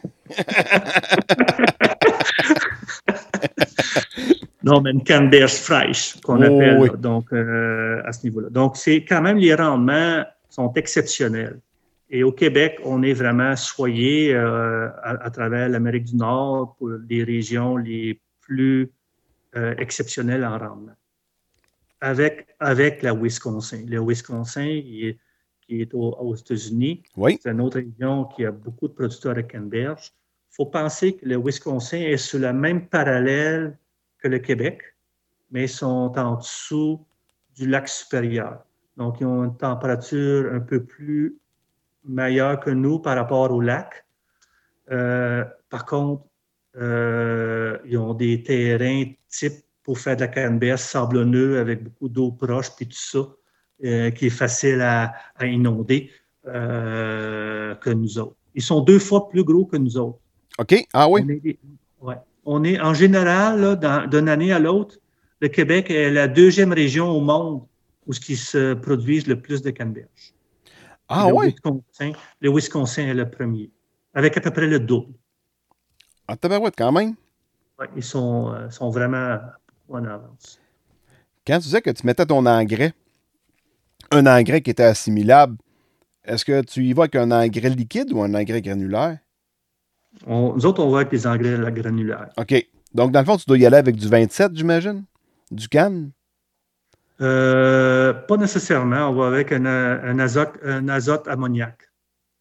Non, mais une canneberge fraîche, qu'on oh, appelle, oui. là, donc, euh, à ce niveau-là. Donc, c'est quand même, les rendements sont exceptionnels. Et au Québec, on est vraiment choyé euh, à, à travers l'Amérique du Nord pour les régions les plus euh, exceptionnelles en rendement. Avec, avec la Wisconsin. Le Wisconsin, il est, qui est aux, aux États-Unis, oui. C'est une autre région qui a beaucoup de producteurs de canneberge. Il faut penser que le Wisconsin est sur le même parallèle que le Québec, mais ils sont en dessous du lac supérieur. Donc, ils ont une température un peu plus meilleure que nous par rapport au lac. Euh, par contre, euh, ils ont des terrains type pour faire de la canneberge sablonneux avec beaucoup d'eau proche puis tout ça, euh, qui est facile à, à inonder euh, que nous autres. Ils sont deux fois plus gros que nous autres. OK. Ah oui? On est, ouais. On est en général, là, dans, d'une année à l'autre, le Québec est la deuxième région au monde où ce qui se produisent le plus de canneberge. Ah le oui? Wisconsin, le Wisconsin est le premier, avec à peu près le double. Ah, tabarouette, quand même. Ouais, ils sont, euh, sont vraiment en avance. Quand tu disais que tu mettais ton engrais, un engrais qui était assimilable, est-ce que tu y vas avec un engrais liquide ou un engrais granulaire? On, nous autres, on va avec des engrais granulaires. OK. Donc, dans le fond, tu dois y aller avec du vingt-sept, j'imagine? Du canne? Euh, pas nécessairement. On va avec un, un, azote, un azote ammoniaque.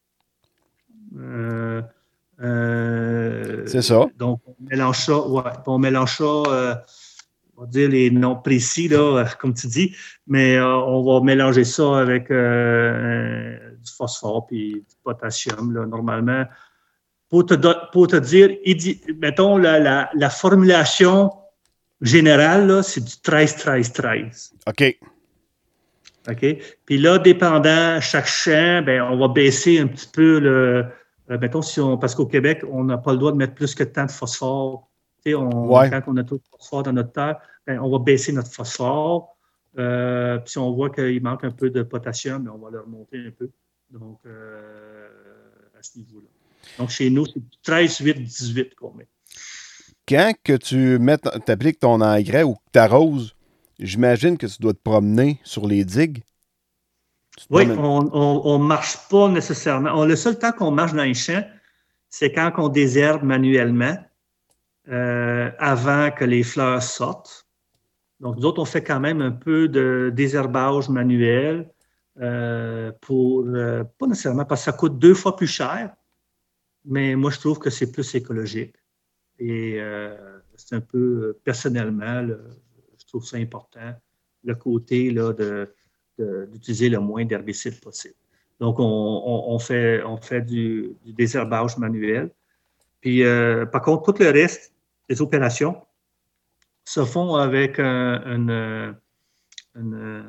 Euh, euh, C'est ça. Donc, on mélange ça, ouais, on mélange ça, euh, on va dire les noms précis, là, comme tu dis, mais euh, on va mélanger ça avec euh, du phosphore et du potassium, là, normalement. Pour te, pour te dire, mettons, la, la, la formulation générale, là, c'est du treize treize treize. OK. OK? Puis là, dépendant chaque champ, ben, on va baisser un petit peu le. Euh, mettons, si on, parce qu'au Québec, on n'a pas le droit de mettre plus que tant de phosphore Tu sais, on, Ouais. quand on a trop de phosphore dans notre terre, ben, on va baisser notre phosphore. Euh, puis si on voit qu'il manque un peu de potassium, ben, on va le remonter un peu. Donc, euh, à ce niveau-là. Donc, chez nous, c'est treize, huit, dix-huit qu'on met. Quand que tu mets, t'appliques ton engrais ou que tu arroses, j'imagine que tu dois te promener sur les digues. Oui, on ne marche pas nécessairement. On, le seul temps qu'on marche dans les champs, c'est quand on désherbe manuellement euh, avant que les fleurs sortent. Donc, nous autres, on fait quand même un peu de désherbage manuel euh, pour, euh, pas nécessairement parce que ça coûte deux fois plus cher, mais moi, je trouve que c'est plus écologique. Et euh, c'est un peu, personnellement, là, je trouve ça important, le côté là, de, de, d'utiliser le moins d'herbicides possible. Donc, on, on, on fait, on fait du, du désherbage manuel. Puis, euh, par contre, tout le reste des opérations se font avec un, une, une,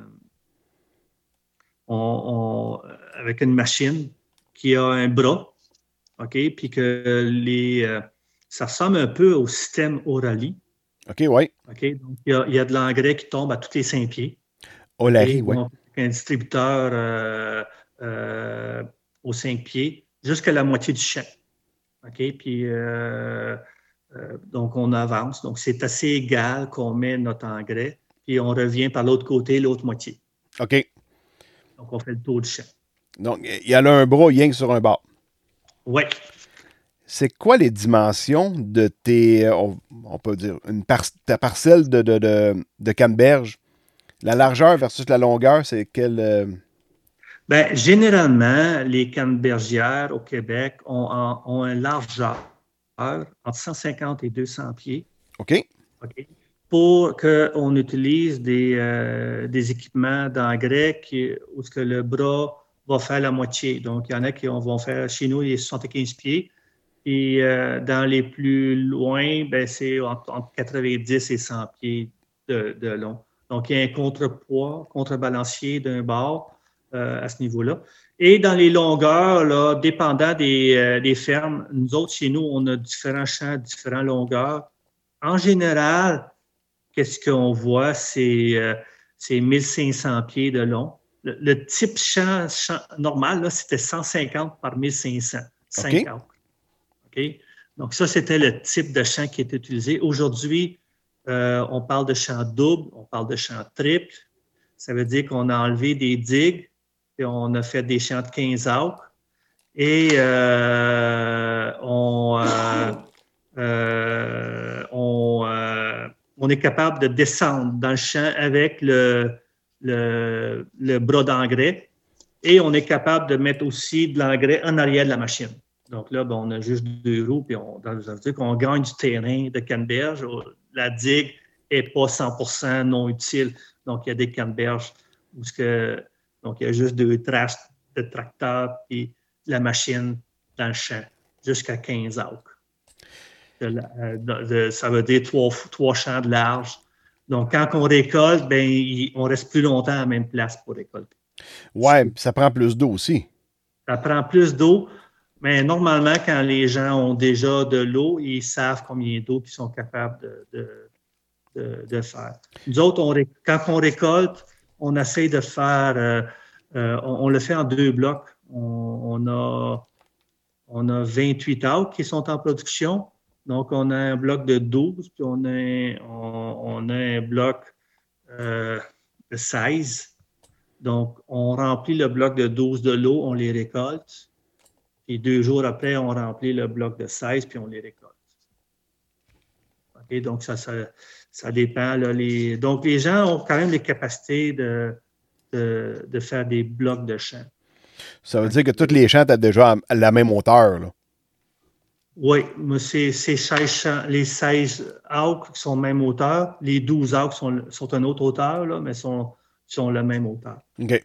on, on, avec une machine qui a un bras, OK, puis que les, euh, ça ressemble un peu au système Orali. OK, oui. OK, donc il y a, il y a de l'engrais qui tombe à tous les cinq pieds. Orali, oui. Un distributeur euh, euh, aux cinq pieds jusqu'à la moitié du champ. OK, puis euh, euh, donc on avance. Donc c'est assez égal qu'on met notre engrais, puis on revient par l'autre côté, l'autre moitié. OK. Donc on fait le tour du champ. Donc il y a là un bras rien que sur un bord. Oui. C'est quoi les dimensions de tes, on, on peut dire, une par, ta parcelle de, de, de, de canneberge? La largeur versus la longueur, c'est quelle... Euh... Bien, généralement, les cannebergières au Québec ont, ont une largeur entre cent cinquante et deux cents pieds. OK. OK. Pour qu'on utilise des, euh, des équipements d'engrais qui, où ce que le bras va faire la moitié. Donc, il y en a qui vont faire, chez nous, les soixante-quinze pieds. Et euh, dans les plus loin, ben, c'est entre, entre quatre-vingt-dix et cent pieds de, de long. Donc, il y a un contrepoids, contrebalancier d'un bord euh, à ce niveau-là. Et dans les longueurs, là, dépendant des, euh, des fermes, nous autres, chez nous, on a différents champs, différentes longueurs. En général, qu'est-ce qu'on voit? C'est, euh, c'est mille cinq cents pieds de long. Le, le type champ, champ normal, là, c'était cent cinquante par mille cinq cents. cinquante. Okay. Donc, ça, c'était le type de champ qui était utilisé. Aujourd'hui, euh, on parle de champ double, on parle de champ triple. Ça veut dire qu'on a enlevé des digues et on a fait des champs de quinze acres. Et euh, on, euh, euh, on, euh, on est capable de descendre dans le champ avec le, le, le bras d'engrais et on est capable de mettre aussi de l'engrais en arrière de la machine. Donc là, ben, on a juste deux roues, puis on, ça veut dire qu'on gagne du terrain de canneberge. La digue n'est pas cent pour cent non utile. Donc, il y a des canneberges où ce que, donc il y a juste deux traces de tracteur et la machine dans le champ, jusqu'à quinze acres. De, de, de, ça veut dire trois, trois champs de large. Donc, quand on récolte, ben, il, on reste plus longtemps à la même place pour récolter. Ouais, puis ça prend plus d'eau aussi. Ça prend plus d'eau. Mais normalement, quand les gens ont déjà de l'eau, ils savent combien d'eau ils sont capables de, de, de, de faire. Nous autres, on, quand on récolte, on essaie de faire, euh, euh, on, on le fait en deux blocs. On, on, a, on a vingt-huit acres qui sont en production. Donc, on a un bloc de douze, puis on a, on, on a un bloc euh, de seize. Donc, on remplit le bloc de douze de l'eau, on les récolte. Et deux jours après, on remplit le bloc de seize, puis on les récolte. Okay, donc, ça, ça, ça dépend. Là, les, donc, les gens ont quand même les capacités de, de, de faire des blocs de champs. Ça veut dire que tous les champs sont déjà à la même hauteur, là. Oui, mais c'est, c'est seize champs, les seize acres qui sont de même hauteur. Les douze acres sont, sont à une autre hauteur, là, mais sont, sont la même hauteur. OK.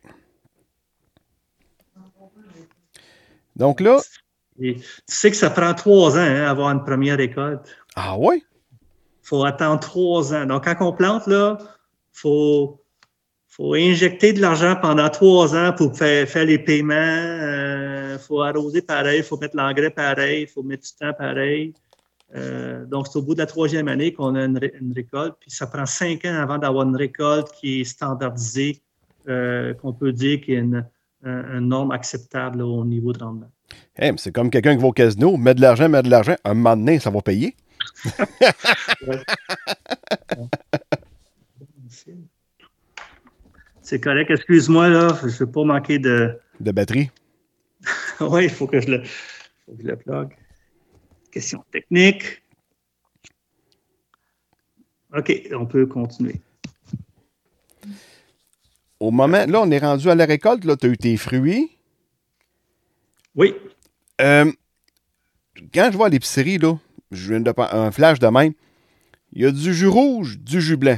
Donc là... Et tu sais que ça prend trois ans hein, avoir une première récolte. Ah oui? Il faut attendre trois ans. Donc, quand on plante, là, il faut, faut injecter de l'argent pendant trois ans pour faire, faire les paiements. Il euh, faut arroser pareil, il faut mettre l'engrais pareil, il faut mettre du temps pareil. Euh, donc, c'est au bout de la troisième année qu'on a une, ré- une récolte, puis ça prend cinq ans avant d'avoir une récolte qui est standardisée, euh, qu'on peut dire qu'il y a une, un- une norme acceptable là, au niveau de rendement. Hey, mais c'est comme quelqu'un qui va au casino, met de l'argent, met de l'argent, un moment donné, ça va payer. Ouais. C'est correct, excuse-moi, là, je ne veux pas manquer de... De batterie. Oui, il faut que je le, faut que je le plug. Question technique. OK, on peut continuer. Au moment, là, on est rendu à la récolte, là, tu as eu tes fruits. Oui. Euh, quand je vois à l'épicerie, là, je viens de prendre un flash de même, il y a du jus rouge, du jus blanc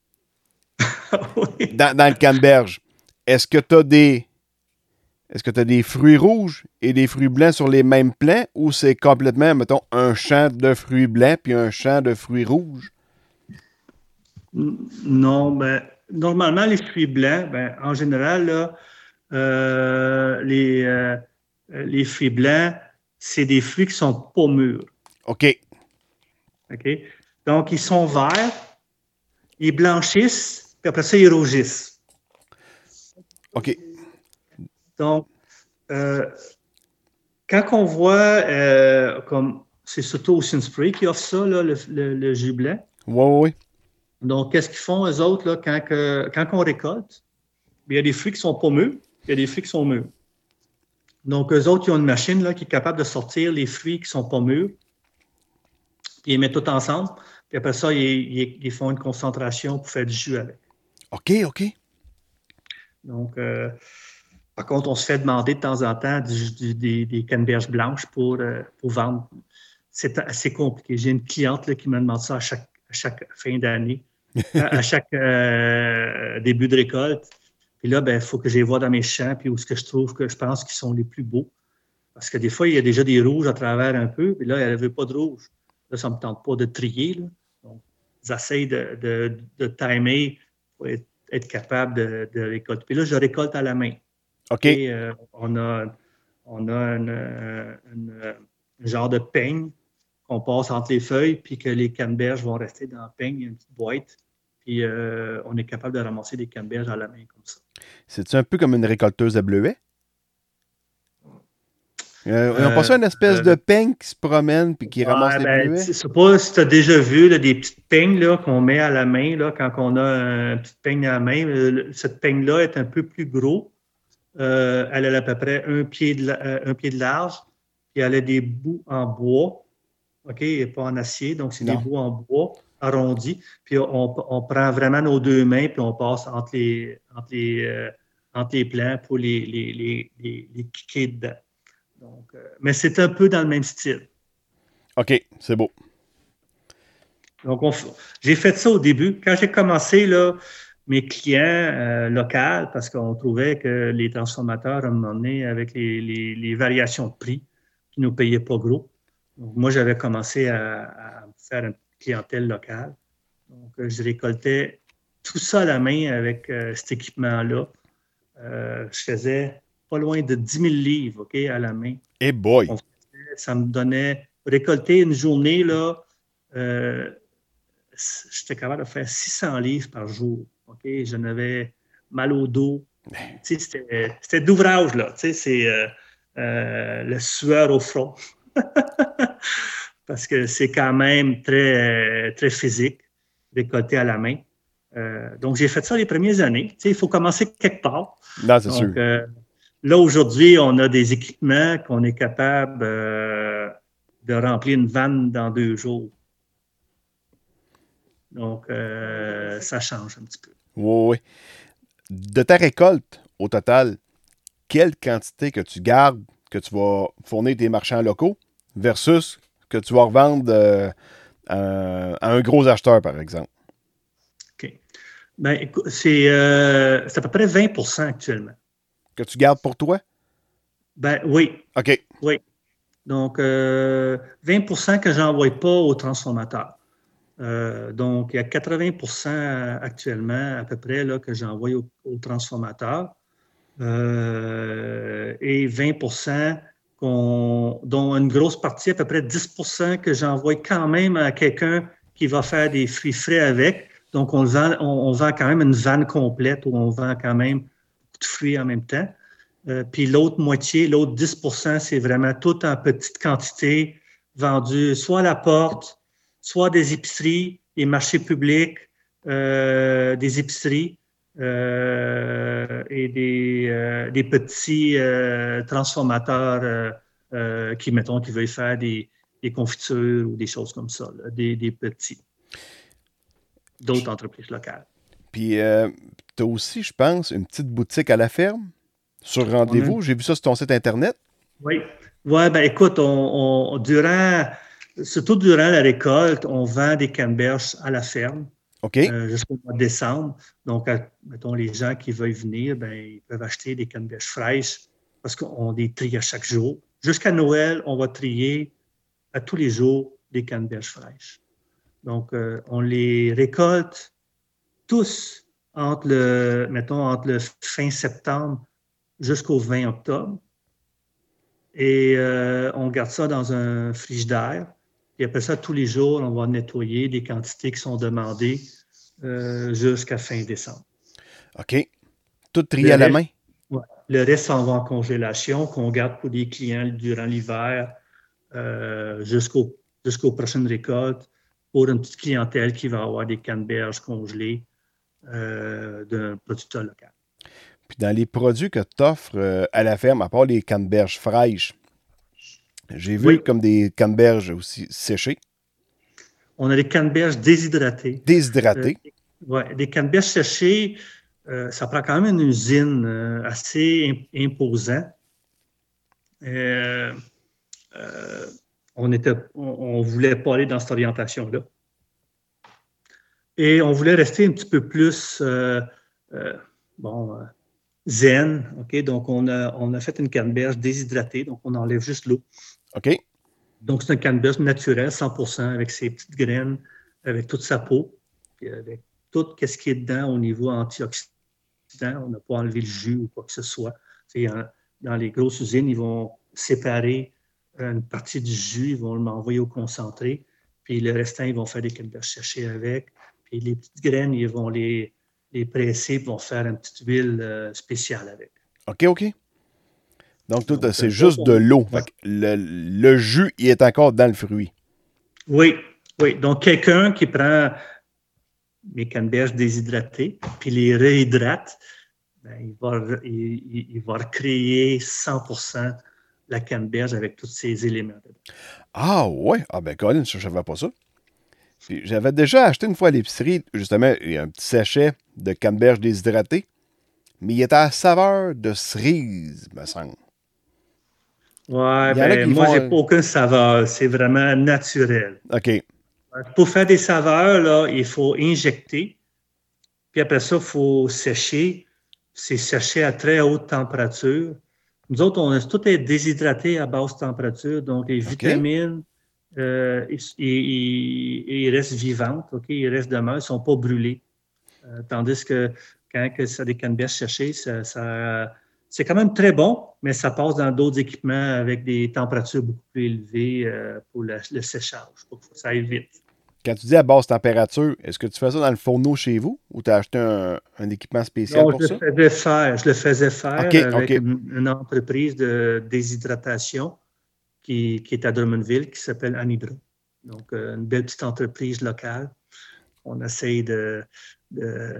Oui. dans, dans le canneberge. Est-ce que tu as des. Est-ce que tu as des fruits rouges et des fruits blancs sur les mêmes plants ou c'est complètement, mettons, un champ de fruits blancs puis un champ de fruits rouges? Non, ben, normalement, les fruits blancs, ben, en général, là, euh, les, euh, les fruits blancs, c'est des fruits qui sont pas mûrs. OK. OK? Donc, ils sont verts, ils blanchissent, puis après ça, ils rougissent. OK. Donc, euh, quand on voit, euh, comme c'est surtout Ocean Spray qui offre ça, là, le, le, le jus blanc. Oui, oui, oui. Donc, qu'est-ce qu'ils font, eux autres, là, quand, que, quand on récolte? Il y a des fruits qui sont pas mûrs, il y a des fruits qui sont mûrs. Donc, eux autres, ils ont une machine là, qui est capable de sortir les fruits qui sont pas mûrs, puis ils les mettent tout ensemble, puis après ça, ils, ils, ils font une concentration pour faire du jus avec. OK, OK. Donc, euh, par contre, on se fait demander de temps en temps du, du, des, des canneberges blanches pour, euh, pour vendre. C'est assez compliqué. J'ai une cliente là, qui me demande ça à chaque, à chaque fin d'année, à, à chaque euh, début de récolte. Puis là, il faut que je les vois dans mes champs, puis où ce que je trouve que je pense qu'ils sont les plus beaux. Parce que des fois, il y a déjà des rouges à travers un peu, puis là, elle ne veut pas de rouge. Là, ça ne me tente pas de trier. Là. Donc, j'essaie de, de, de timer pour être, être capable de, de récolter. Puis là, je récolte à la main. OK. Et, euh, on a, on a une, une, un genre de peigne qu'on passe entre les feuilles, puis que les canneberges vont rester dans le peigne, il y a une petite boîte, puis euh, on est capable de ramasser des canneberges à la main comme ça. C'est-tu un peu comme une récolteuse à bleuets? Euh, ils ont pas ça une espèce euh, de peigne qui se promène puis qui ouais, ramasse les ben, bleuets? je sais pas si tu as déjà vu là, des petites peignes là, qu'on met à la main là, quand on a une petite peigne à la main. Euh, cette peigne-là est un peu plus gros. Euh, elle a à peu près un pied de, euh, un pied de large, puis elle a des bouts en bois, OK, et pas en acier, donc c'est Non. des bouts en bois arrondis, puis on, on prend vraiment nos deux mains, puis on passe entre les, entre les, euh, entre les plants pour les, les, les, les, les kicker dedans. Donc, euh, mais c'est un peu dans le même style. OK, c'est beau. Donc, on, j'ai fait ça au début. Quand j'ai commencé, là, mes clients euh, locaux, parce qu'on trouvait que les transformateurs, à un moment donné, avec les, les, les variations de prix, qui ne nous payaient pas gros. Donc, moi, j'avais commencé à, à faire une clientèle locale. Donc, euh, je récoltais tout ça à la main avec euh, cet équipement-là. Euh, je faisais pas loin de dix mille livres, OK, à la main. Eh boy! On faisait, ça me donnait... Récolter une journée, là, euh, j'étais capable de faire six cents livres par jour. OK? J'en avais mal au dos. Tu sais, c'était, c'était d'ouvrage, là. Tu sais, c'est euh, euh, le sueur au front. Parce que c'est quand même très, très physique, récolter à la main. Euh, donc, j'ai fait ça les premières années. Tu sais, il faut commencer quelque part. Non, c'est donc, sûr. Euh, là, aujourd'hui, on a des équipements qu'on est capable euh, de remplir une vanne dans deux jours. Donc, euh, ça change un petit peu. Oui, oui. De ta récolte, au total, quelle quantité que tu gardes, que tu vas fournir tes marchands locaux versus que tu vas revendre euh, à, à un gros acheteur, par exemple? OK. Ben, écoute, c'est, euh, c'est à peu près vingt pour cent actuellement. Que tu gardes pour toi? Ben oui. OK. Oui. Donc, euh, vingt pour cent que je n'envoie pas aux transformateurs. Euh, donc, il y a quatre-vingts pour cent actuellement, à peu près, là, que j'envoie aux, aux transformateurs. Euh, et vingt pour cent qu'on, dont une grosse partie, à peu près dix pour cent, que j'envoie quand même à quelqu'un qui va faire des fruits frais avec. Donc, on vend, on, on vend quand même une vanne complète où on vend quand même beaucoup de fruits en même temps. Euh, puis l'autre moitié, l'autre dix pour cent, c'est vraiment tout en petite quantité, vendu soit à la porte, soit des épiceries, des marchés publics, euh, des épiceries euh, et des, euh, des petits euh, transformateurs euh, euh, qui, mettons, qui veulent faire des, des confitures ou des choses comme ça, là, des, des petits, d'autres entreprises locales. Puis, euh, tu as aussi, je pense, une petite boutique à la ferme sur rendez-vous. On a... J'ai vu ça sur ton site Internet. Oui. Oui, ben écoute, on, on, durant, surtout durant la récolte, on vend des canneberges à la ferme. OK. Euh, jusqu'au mois de décembre. Donc, à, mettons, les gens qui veulent venir, ben, ils peuvent acheter des canneberges fraîches parce qu'on les trie à chaque jour. Jusqu'à Noël, on va trier à tous les jours des canneberges fraîches. Donc, euh, on les récolte tous entre le, mettons, entre le fin septembre jusqu'au vingt octobre. Et euh, on garde ça dans un frigidaire. Et après ça, tous les jours, on va nettoyer des quantités qui sont demandées euh, jusqu'à fin décembre. OK. Tout trié à la main? Ouais. Le reste, on va en congélation, qu'on garde pour des clients durant l'hiver euh, jusqu'au, jusqu'aux prochaines récoltes pour une petite clientèle qui va avoir des canneberges congelées euh, d'un producteur local. Puis dans les produits que tu offres euh, à la ferme, à part les canneberges fraîches, j'ai vu oui. comme des canneberges aussi séchées. On a des canneberges déshydratées. Déshydratées. Euh, oui, des canneberges séchées, euh, ça prend quand même une usine euh, assez imposante. Euh, euh, on était, on ne voulait pas aller dans cette orientation-là. Et on voulait rester un petit peu plus, euh, euh, bon, euh, zen. OK? Donc, on a, on a fait une canneberge déshydratée, donc on enlève juste l'eau. OK. Donc, c'est une canneberge naturelle, cent pour cent, avec ses petites graines, avec toute sa peau, puis avec tout ce qui est dedans au niveau antioxydant. On n'a pas enlevé le jus ou quoi que ce soit. En, dans les grosses usines, ils vont séparer une partie du jus, ils vont l'envoyer au concentré, puis le restant, ils vont faire des canneberges séchées avec. Puis les petites graines, ils vont les, les presser, ils vont faire une petite huile euh, spéciale avec. OK, OK. Donc, tout, Donc, c'est euh, juste on... de l'eau. Ouais. Le, le jus, il est encore dans le fruit. Oui, oui. Donc, quelqu'un qui prend mes canneberges déshydratées, puis les réhydrate, ben, il, va, il, il va recréer cent pour cent la canneberge avec tous ces éléments. Ah, ouais. Ah, ben, Colin, je ne savais pas ça. Puis, j'avais déjà acheté une fois à l'épicerie, justement, un petit sachet de canneberges déshydratées, mais il était à la saveur de cerise, me semble. Ouais, ben, moi, font... j'ai pas aucune saveur. C'est vraiment naturel. OK. Pour faire des saveurs, là, il faut injecter. Puis après ça, il faut sécher. C'est séché à très haute température. Nous autres, on a, tout est déshydraté à basse température. Donc, les okay. vitamines, euh, ils, ils, ils restent vivantes. Okay? Ils restent demeurent. Ils ne sont pas brûlés. Euh, tandis que quand que ça a des canneberges séchées, ça... ça c'est quand même très bon, mais ça passe dans d'autres équipements avec des températures beaucoup plus élevées euh, pour le, le séchage, pour que ça aille vite. Quand tu dis à basse température, est-ce que tu fais ça dans le fourneau chez vous ou tu as acheté un, un équipement spécial non, pour je ça? Le faisais faire, je le faisais faire okay, avec okay. Une, une entreprise de déshydratation qui, qui est à Drummondville, qui s'appelle Anhydra. Donc, euh, une belle petite entreprise locale. On essaye de, de,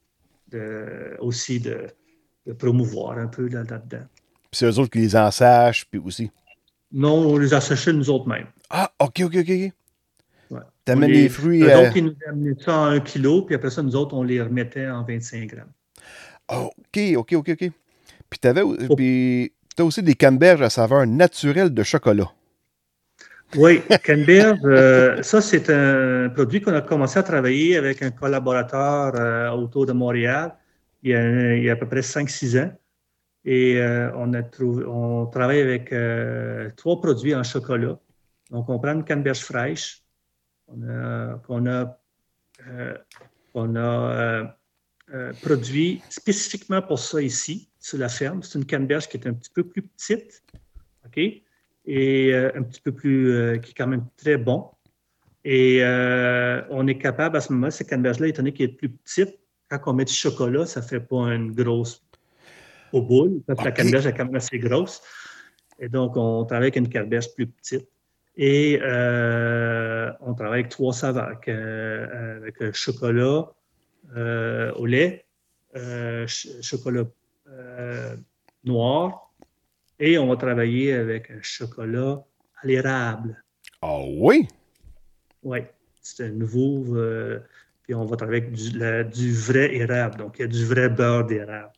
de aussi de... de promouvoir un peu là, là-dedans. Puis c'est eux autres qui les ensachent, puis aussi? Non, on les assachait nous autres mêmes. Ah, OK, OK, OK. Ouais. T'amènes les, les fruits... Eux euh... autres, ils nous amenaient ça en un kilo, puis après ça, nous autres, on les remettait en vingt-cinq grammes. Oh, OK, OK, OK, OK. Puis t'avais oh. puis t'as aussi des canneberges à saveur naturelle de chocolat. Oui, canneberge, euh, ça, c'est un produit qu'on a commencé à travailler avec un collaborateur euh, autour de Montréal. Il y, a, il y a à peu près cinq six ans. Et euh, on, a trouvé, on travaille avec euh, trois produits en chocolat. Donc, on prend une canneberge fraîche qu'on a, qu'on a, euh, qu'on a euh, euh, produit spécifiquement pour ça ici, sur la ferme. C'est une canneberge qui est un petit peu plus petite. OK? et euh, un petit peu plus, euh, qui est quand même très bon. Et euh, on est capable, à ce moment-là, cette canneberge-là, étant donné qu'elle est plus petite, quand on met du chocolat, ça ne fait pas une grosse boule, parce que la OK. canneberge est quand même assez grosse. Et donc, on travaille avec une canneberge plus petite. Et euh, on travaille avec trois saveurs, avec, euh, avec le chocolat euh, au lait, euh, ch chocolat euh, noir, et on va travailler avec un chocolat à l'érable. Ah oui? Oui, c'est un nouveau. Euh, puis on va travailler avec du, la, du vrai érable. Donc, il y a du vrai beurre d'érable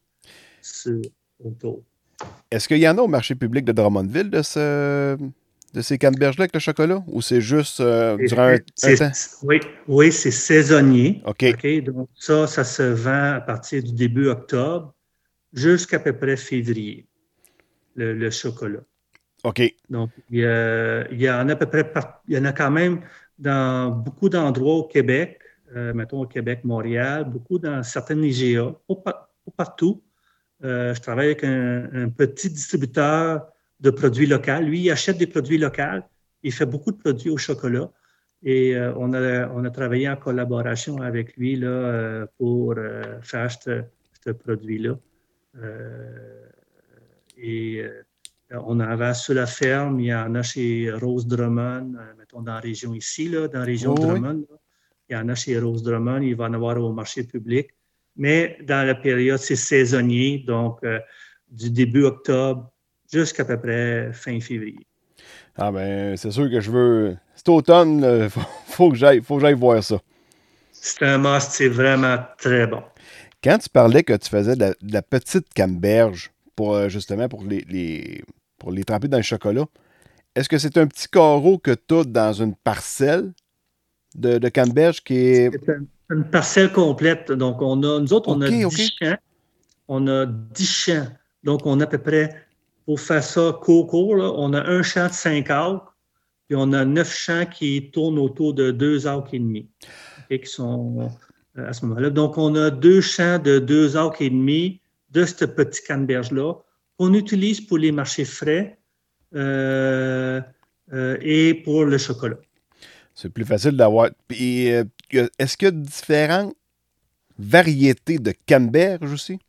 autour. Est-ce qu'il y en a au marché public de Drummondville de, ce, de ces canneberges-là avec le chocolat? Ou c'est juste euh, durant un, un temps? Oui, oui c'est saisonnier. OK. OK. Donc, ça, ça se vend à partir du début octobre jusqu'à peu près février, le, le chocolat. OK. Donc, il y, a, il y en a à peu près, par, il y en a quand même dans beaucoup d'endroits au Québec, euh, mettons au Québec, Montréal, beaucoup dans certaines I G A, pas, pas partout. Euh, je travaille avec un, un petit distributeur de produits locaux. Lui, il achète des produits locaux. Il fait beaucoup de produits au chocolat. Et euh, on, a, on a travaillé en collaboration avec lui là, euh, pour euh, faire ce, ce produit-là. Euh, et euh, on en va sur la ferme. Il y en a chez Rose Drummond, euh, mettons dans la région ici, là, dans la région Oui, oui. Drummond. Là. Il y en a chez Rose Drummond. Il va en avoir au marché public. Mais dans la période, c'est saisonnier, donc euh, du début octobre jusqu'à peu près fin février. Ah ben, c'est sûr que je veux... Cet automne, il faut, faut que j'aille, faut que j'aille voir ça. C'est un must, c'est vraiment très bon. Quand tu parlais que tu faisais de la, de la petite canneberge, pour, justement pour les, les, pour les tremper dans le chocolat, est-ce que c'est un petit carreau que tu as dans une parcelle de, de canneberge qui est... C'est un, une parcelle complète. Donc, on a, nous autres, on okay, a okay. dix champs. On a dix champs. Donc, on a à peu près, pour faire ça court-court, on a un champ de cinq acres, puis on a neuf champs qui tournent autour de deux acres et demi, okay, qui sont euh, à ce moment-là. Donc, on a deux champs de deux acres et demi de ce petit canneberge-là qu'on utilise pour les marchés frais euh, euh, et pour le chocolat. C'est plus facile d'avoir. Puis, euh, est-ce qu'il y a différentes variétés de canneberge aussi?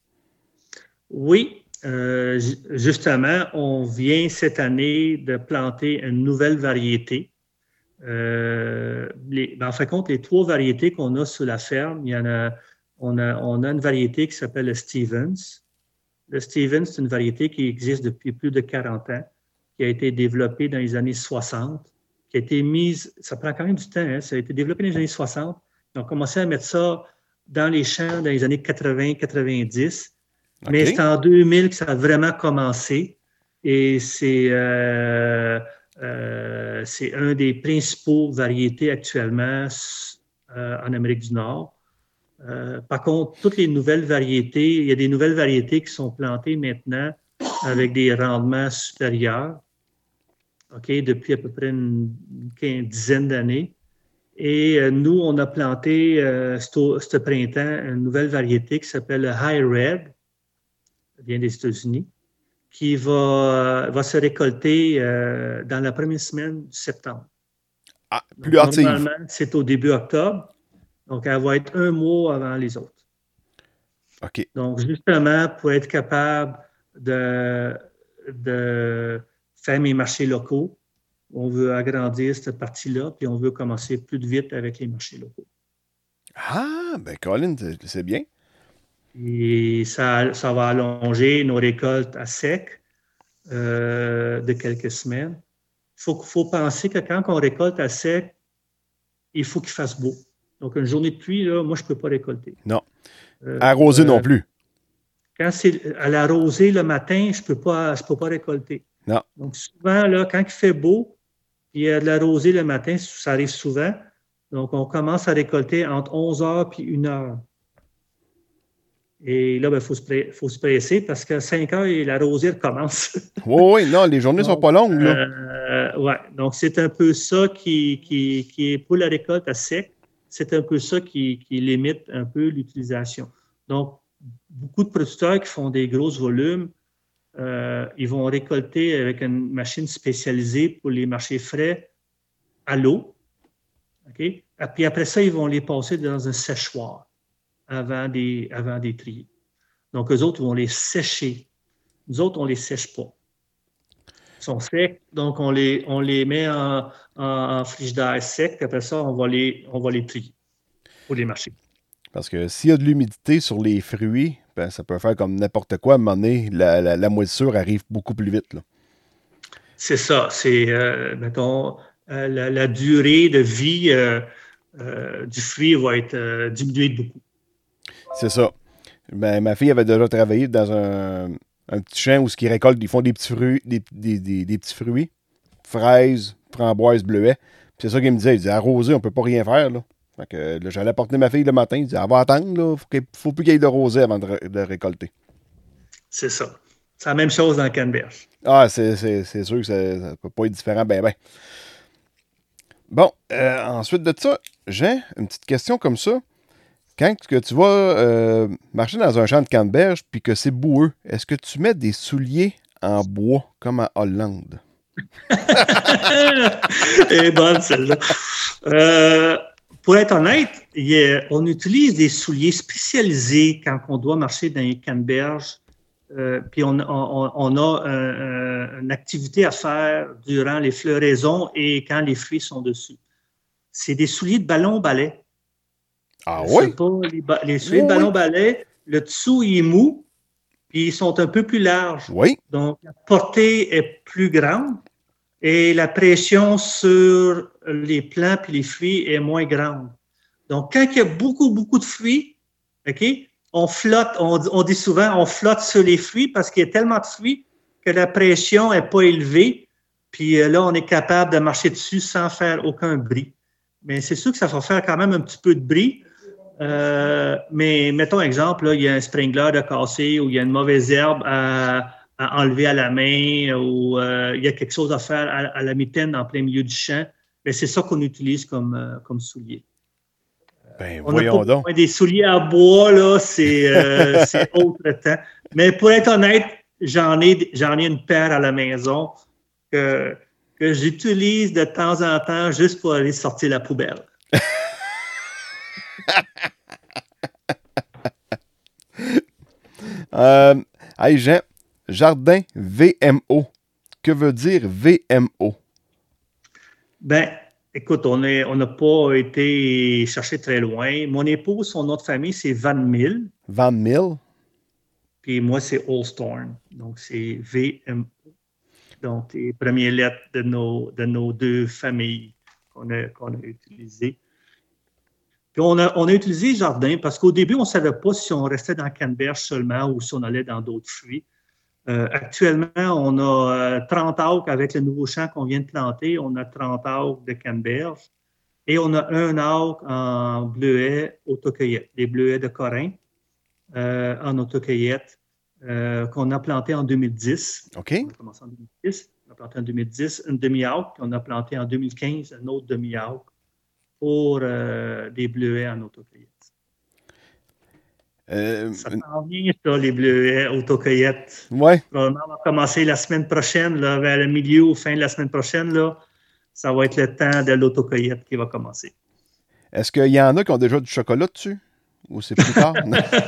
Oui, euh, justement, on vient cette année de planter une nouvelle variété. Euh, les, ben, en fin de compte, les trois variétés qu'on a sur la ferme, il y en a, on a, on a une variété qui s'appelle le Stevens. Le Stevens, c'est une variété qui existe depuis plus de quarante ans, qui a été développée dans les années soixante, qui a été mise, ça prend quand même du temps, hein, ça a été développé dans les années soixante. Ils ont commencé à mettre ça dans les champs dans les années quatre-vingts quatre-vingt-dix. Okay. Mais c'est en deux mille que ça a vraiment commencé et c'est euh, euh, c'est un des principaux variétés actuellement euh, en Amérique du Nord. Euh, par contre, toutes les nouvelles variétés, il y a des nouvelles variétés qui sont plantées maintenant avec des rendements supérieurs, okay, depuis à peu près une, une dizaine d'années. Et euh, nous, on a planté euh, ce printemps une nouvelle variété qui s'appelle le High Red, vient des États-Unis, qui va, va se récolter euh, dans la première semaine de septembre. Ah, plus donc, hâtive. Normalement, c'est au début octobre, donc elle va être un mois avant les autres. OK. Donc, justement, pour être capable de, de faire mes marchés locaux, on veut agrandir cette partie-là, puis on veut commencer plus vite avec les marchés locaux. Ah, ben Colin, c'est bien. Et ça, ça va allonger nos récoltes à sec euh, de quelques semaines. Il faut, faut penser que quand on récolte à sec, il faut qu'il fasse beau. Donc, une journée de pluie, là, moi, je ne peux pas récolter. Non. Euh, Arroser euh, non plus. Quand c'est à la rosée le matin, je ne peux pas, je peux pas récolter. Non. Donc, souvent, là, quand il fait beau, il y a de la rosée le matin, ça arrive souvent. Donc, on commence à récolter entre onze heures et une heure. Et là, il ben, faut, faut se presser parce qu'à cinq heures, la rosée recommence. Oui, oui, non, les journées ne sont pas longues. Là. Euh, oui, donc c'est un peu ça qui, qui, qui est pour la récolte à sec, c'est un peu ça qui, qui limite un peu l'utilisation. Donc, beaucoup de producteurs qui font des gros volumes euh, ils vont récolter avec une machine spécialisée pour les marchés frais à l'eau. Okay? Et puis après ça, ils vont les passer dans un séchoir avant des, avant des trier. Donc, eux autres, ils vont les sécher. Nous autres, on ne les sèche pas. Ils sont secs, donc on les, on les met en, en, en frigidaire sec, puis après ça, on va les, on va les trier pour les marchés. Parce que s'il y a de l'humidité sur les fruits, ben, ça peut faire comme n'importe quoi. À un moment donné, la, la, la moisissure arrive beaucoup plus vite. Là. C'est ça. C'est, euh, mettons, euh, la, la durée de vie euh, euh, du fruit va être euh, diminuée de beaucoup. C'est ça. Ben, ma fille avait déjà travaillé dans un, un petit champ où ils récoltent, ils font des petits fruits, des, des, des, des petits fruits, fraises, framboises, bleuets. Puis c'est ça qu'il me disait. Il disait, arroser, on ne peut pas rien faire. Là. Fait que là, j'allais apporter ma fille le matin. Il disait, elle va attendre. Il ne faut plus qu'il y ait de rosée avant de, de récolter. C'est ça. C'est la même chose dans le canneberge. Ah, c'est, c'est, c'est sûr que ça ne peut pas être différent. Ben, ben. Bon, euh, ensuite de ça, Jean, une petite question comme ça. Quand que tu vas euh, marcher dans un champ de canneberge puis que c'est boueux, est-ce que tu mets des souliers en bois comme en Hollande? Elle est bonne, celle-là. Euh, pour être honnête, a, on utilise des souliers spécialisés quand on doit marcher dans les canneberges. Euh, puis on, on, on a un, une activité à faire durant les floraisons et quand les fruits sont dessus. C'est des souliers de ballon-balai. Ah oui? Pas les, ba- les souliers oui, de ballon-balai, le dessous il est mou, puis ils sont un peu plus larges. Oui. Donc, la portée est plus grande et la pression sur les plants puis les fruits est moins grande. Donc, quand il y a beaucoup, beaucoup de fruits, OK, on flotte, on, on dit souvent, on flotte sur les fruits parce qu'il y a tellement de fruits que la pression n'est pas élevée. Puis là, on est capable de marcher dessus sans faire aucun bruit. Mais c'est sûr que ça va faire quand même un petit peu de bruit. Euh, mais mettons exemple, là, il y a un sprinkler de cassé ou il y a une mauvaise herbe à, à enlever à la main ou euh, il y a quelque chose à faire à, à la mitaine en plein milieu du champ. Mais c'est ça qu'on utilise comme, euh, comme soulier. Ben, on voyons a pas donc. Des souliers à bois, là, c'est, euh, c'est autre temps. Mais pour être honnête, j'en ai, j'en ai une paire à la maison que, que j'utilise de temps en temps juste pour aller sortir la poubelle. euh, hey Jean, jardin V M O. Que veut dire V M O? Ben, écoute, on est, on n'a pas été chercher très loin. Mon épouse, son nom de famille, c'est Van Mill. Van Mill? Puis moi, c'est Olstorn. Donc, c'est V M O. Donc, les premières lettres de nos, de nos deux familles qu'on a, qu'on a utilisées. Puis on a, on a utilisé jardin parce qu'au début, on ne savait pas si on restait dans canneberge seulement ou si on allait dans d'autres fruits. Euh, actuellement, on a euh, trente acres avec le nouveau champ qu'on vient de planter. On a trente acres de canneberge et on a un acre en bleuets autocueillette, des bleuets de Corin euh, en autocueillette euh, qu'on a planté en deux mille dix. OK. On a commencé en deux mille dix. On a planté en deux mille dix une demi-acre, puis on a planté en deux mille quinze un autre demi-acre pour euh, des bleuets en autocueillette. Euh, ça s'en vient, ça, les bleuets autocueillettes. Oui. Probablement, on va commencer la semaine prochaine, là, vers le milieu ou fin de la semaine prochaine. Là, ça va être le temps de l'autocueillette qui va commencer. Est-ce qu'il y en a qui ont déjà du chocolat dessus? Ou c'est plus tard?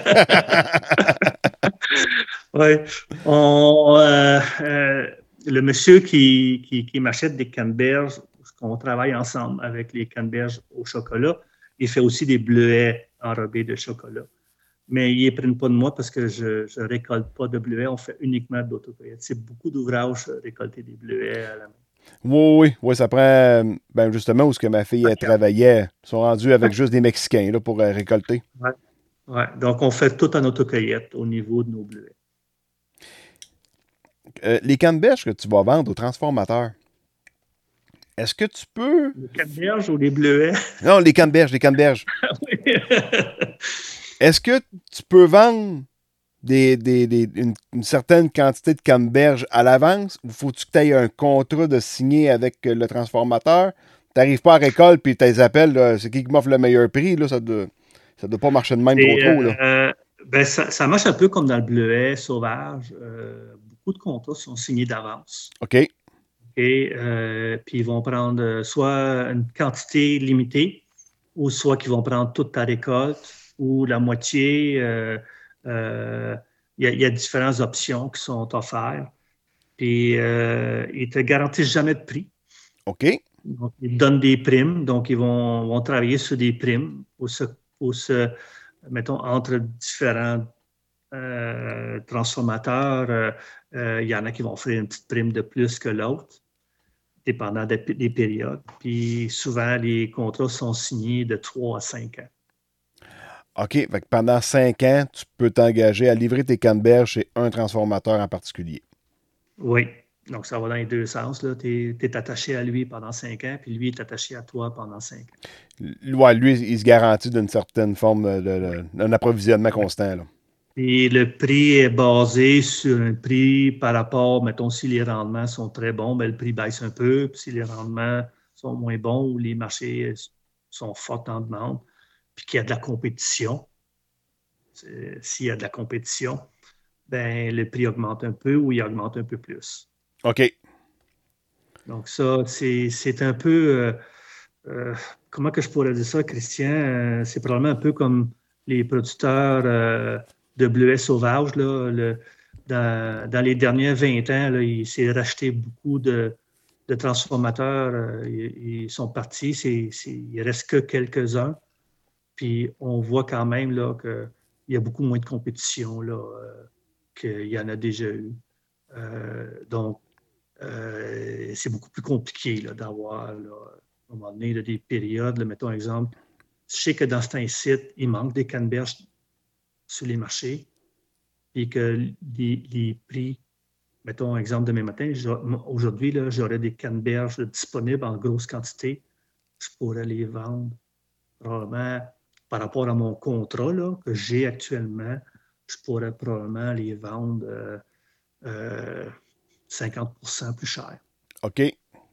Oui. Euh, euh, le monsieur qui, qui, qui m'achète des canneberges, on travaille ensemble avec les canneberges au chocolat, il fait aussi des bleuets enrobés de chocolat. Mais ils ne prennent pas de moi parce que je ne récolte pas de bleuets. On fait uniquement de l'autocueillette. C'est beaucoup d'ouvrages récolter des bleuets à la main. Oui, oui, oui, ça prend, ben justement, où ce que ma fille okay. travaillait. Ils sont rendus avec juste des Mexicains là, pour euh, récolter. Oui. Ouais. Donc, on fait tout en autocueillette au niveau de nos bleuets. Euh, les canneberges que tu vas vendre au transformateur, est-ce que tu peux... Les canneberges ou les bleuets? Non, les canneberges, les canneberges. Oui. Est-ce que tu peux vendre des, des, des, une, une certaine quantité de canneberges à l'avance ou faut-tu que tu aies un contrat de signer avec le transformateur? Tu n'arrives pas à récolte puis tu les appelles, là, c'est qui qui m'offre le meilleur prix? Là, ça ne doit, ça doit pas marcher de même trop trop. Là. Euh, ben ça, ça marche un peu comme dans le bleuet sauvage. Euh, beaucoup de contrats sont signés d'avance. OK. Et euh, puis ils vont prendre euh, soit une quantité limitée, ou soit qu'ils vont prendre toute ta récolte, ou la moitié. Euh, euh, il y, a- il y a différentes options qui sont offertes. Puis euh, ils ne te garantissent jamais de prix. OK. Donc, ils donnent des primes, donc ils vont, vont travailler sur des primes pour se, pour se mettons, entre différents euh, transformateurs. Euh, euh, il y en a qui vont offrir une petite prime de plus que l'autre, dépendant des, des périodes. Puis souvent, les contrats sont signés de trois à cinq ans. OK. Fait que pendant cinq ans, tu peux t'engager à livrer tes canneberges chez un transformateur en particulier. Oui. Donc, ça va dans les deux sens. Tu es attaché à lui pendant cinq ans, puis lui est attaché à toi pendant cinq ans. L- Ouais, lui, il se garantit d'une certaine forme de- de- Oui. d'un approvisionnement Oui. constant. Là. Et le prix est basé sur un prix par rapport, mettons, si les rendements sont très bons, bien, le prix baisse un peu. Puis si les rendements sont moins bons ou les marchés sont forts en demande, puis qu'il y a de la compétition, c'est- s'il y a de la compétition, ben, le prix augmente un peu ou il augmente un peu plus. OK. Donc ça, c'est c'est un peu, euh, euh, comment que je pourrais dire ça, Christian? Euh, c'est probablement un peu comme les producteurs euh, de bleuets sauvages. Là, le- dans, dans les derniers vingt ans, là, il s'est racheté beaucoup de, de transformateurs. euh, ils, ils sont partis. C'est, c'est- il ne reste que quelques-uns. Puis on voit quand même là, qu'il y a beaucoup moins de compétition là, euh, qu'il y en a déjà eu. Euh, donc, euh, c'est beaucoup plus compliqué là, d'avoir, là, à un moment donné, là, des périodes. Là, mettons un exemple, je sais que dans certains sites, il manque des canneberges sur les marchés et que les, les prix, mettons un exemple demain matin, aujourd'hui, là, j'aurais des canneberges disponibles en grosse quantité. Je pourrais les vendre probablement par rapport à mon contrat là, que j'ai actuellement, je pourrais probablement les vendre euh, euh, cinquante pour cent plus cher. OK.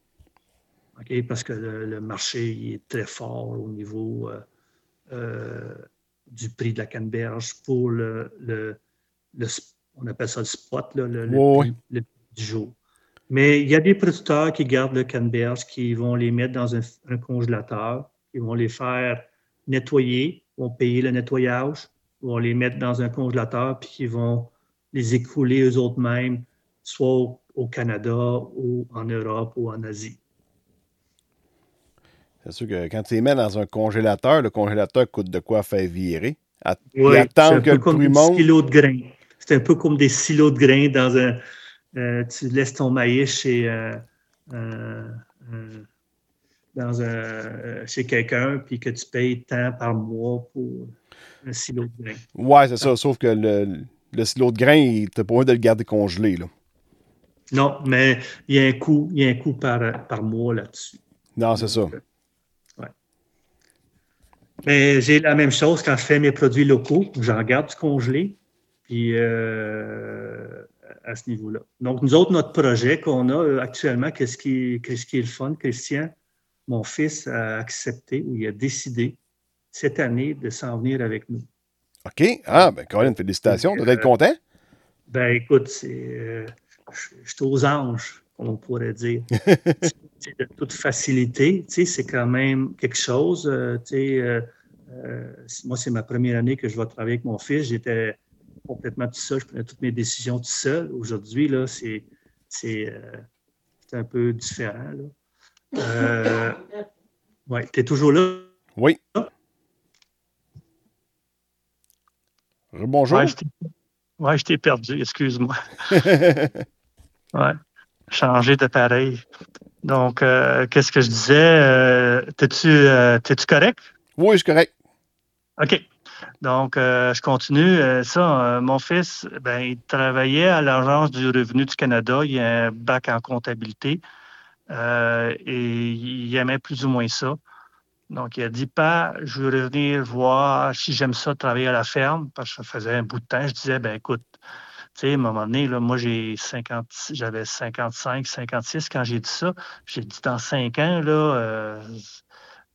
OK? Parce que le, le marché il est très fort au niveau euh, euh, du prix de la canneberge pour le, le, le, on appelle ça le spot, là, le, le, Ouais, ouais. prix, le prix du jour. Mais il y a des producteurs qui gardent le canneberge, qui vont les mettre dans un, un congélateur, qui vont les faire nettoyer, vont payer le nettoyage, vont les mettre dans un congélateur, puis qui vont les écouler eux autres mêmes, soit au, au Canada ou en Europe ou en Asie. C'est sûr que quand tu les mets dans un congélateur, le congélateur coûte de quoi faire virer. À- Puis Oui, c'est attendre un que peu le comme prix des monte. silos de grains. C'est un peu comme des silos de grains dans un. Euh, tu laisses ton maïs chez, euh, euh, euh, dans un, euh, chez quelqu'un, puis que tu payes tant par mois pour un silo de grains. Ouais, c'est Ah, ça. Sauf que le, le silo de grain, t'as pas besoin de le garder congelé. Là. non, mais il y a un coût, il y a un coût par, par mois là-dessus. Non, c'est ça. Donc, euh, ouais. Mais j'ai la même chose quand je fais mes produits locaux. J'en garde du congelé. Puis euh, à ce niveau-là. Donc, nous autres, notre projet qu'on a euh, actuellement, qu'est-ce qui, qu'est-ce qui est le fun, Christian? Mon fils a accepté ou il a décidé cette année de s'en venir avec nous. OK. Ah, Donc, ben, Colin, félicitations. Tu dois être euh, content? ben écoute, c'est, euh, je je suis aux anges, comme on pourrait dire. C'est c'est de toute facilité, tu sais, c'est quand même quelque chose. euh, tu sais, euh, euh, moi, c'est ma première année que je vais travailler avec mon fils. J'étais complètement tout seul, je prenais toutes mes décisions tout seul. Aujourd'hui, là, c'est, c'est, euh, c'est un peu différent. Là. Euh, ouais, tu es toujours là? Oui. Ouais, Bonjour. je t'ai ouais, je t'ai perdu, excuse-moi. Ouais, changer d'appareil. Donc, euh, qu'est-ce que je disais? Euh, t'es-tu, euh, t'es-tu correct? Oui, je suis correct. OK. Donc, euh, je continue. Euh, ça, euh, mon fils, ben, il travaillait à l'Agence du revenu du Canada. Il a un bac en comptabilité euh, et il aimait plus ou moins ça. Donc, il a dit, pas, je veux revenir voir si j'aime ça travailler à la ferme, parce que ça faisait un bout de temps. Je disais, ben écoute, tu sais, à un moment donné, là, moi, j'ai cinquante, j'avais cinquante-cinq, cinquante-six quand j'ai dit ça. J'ai dit, dans cinq ans, là, euh,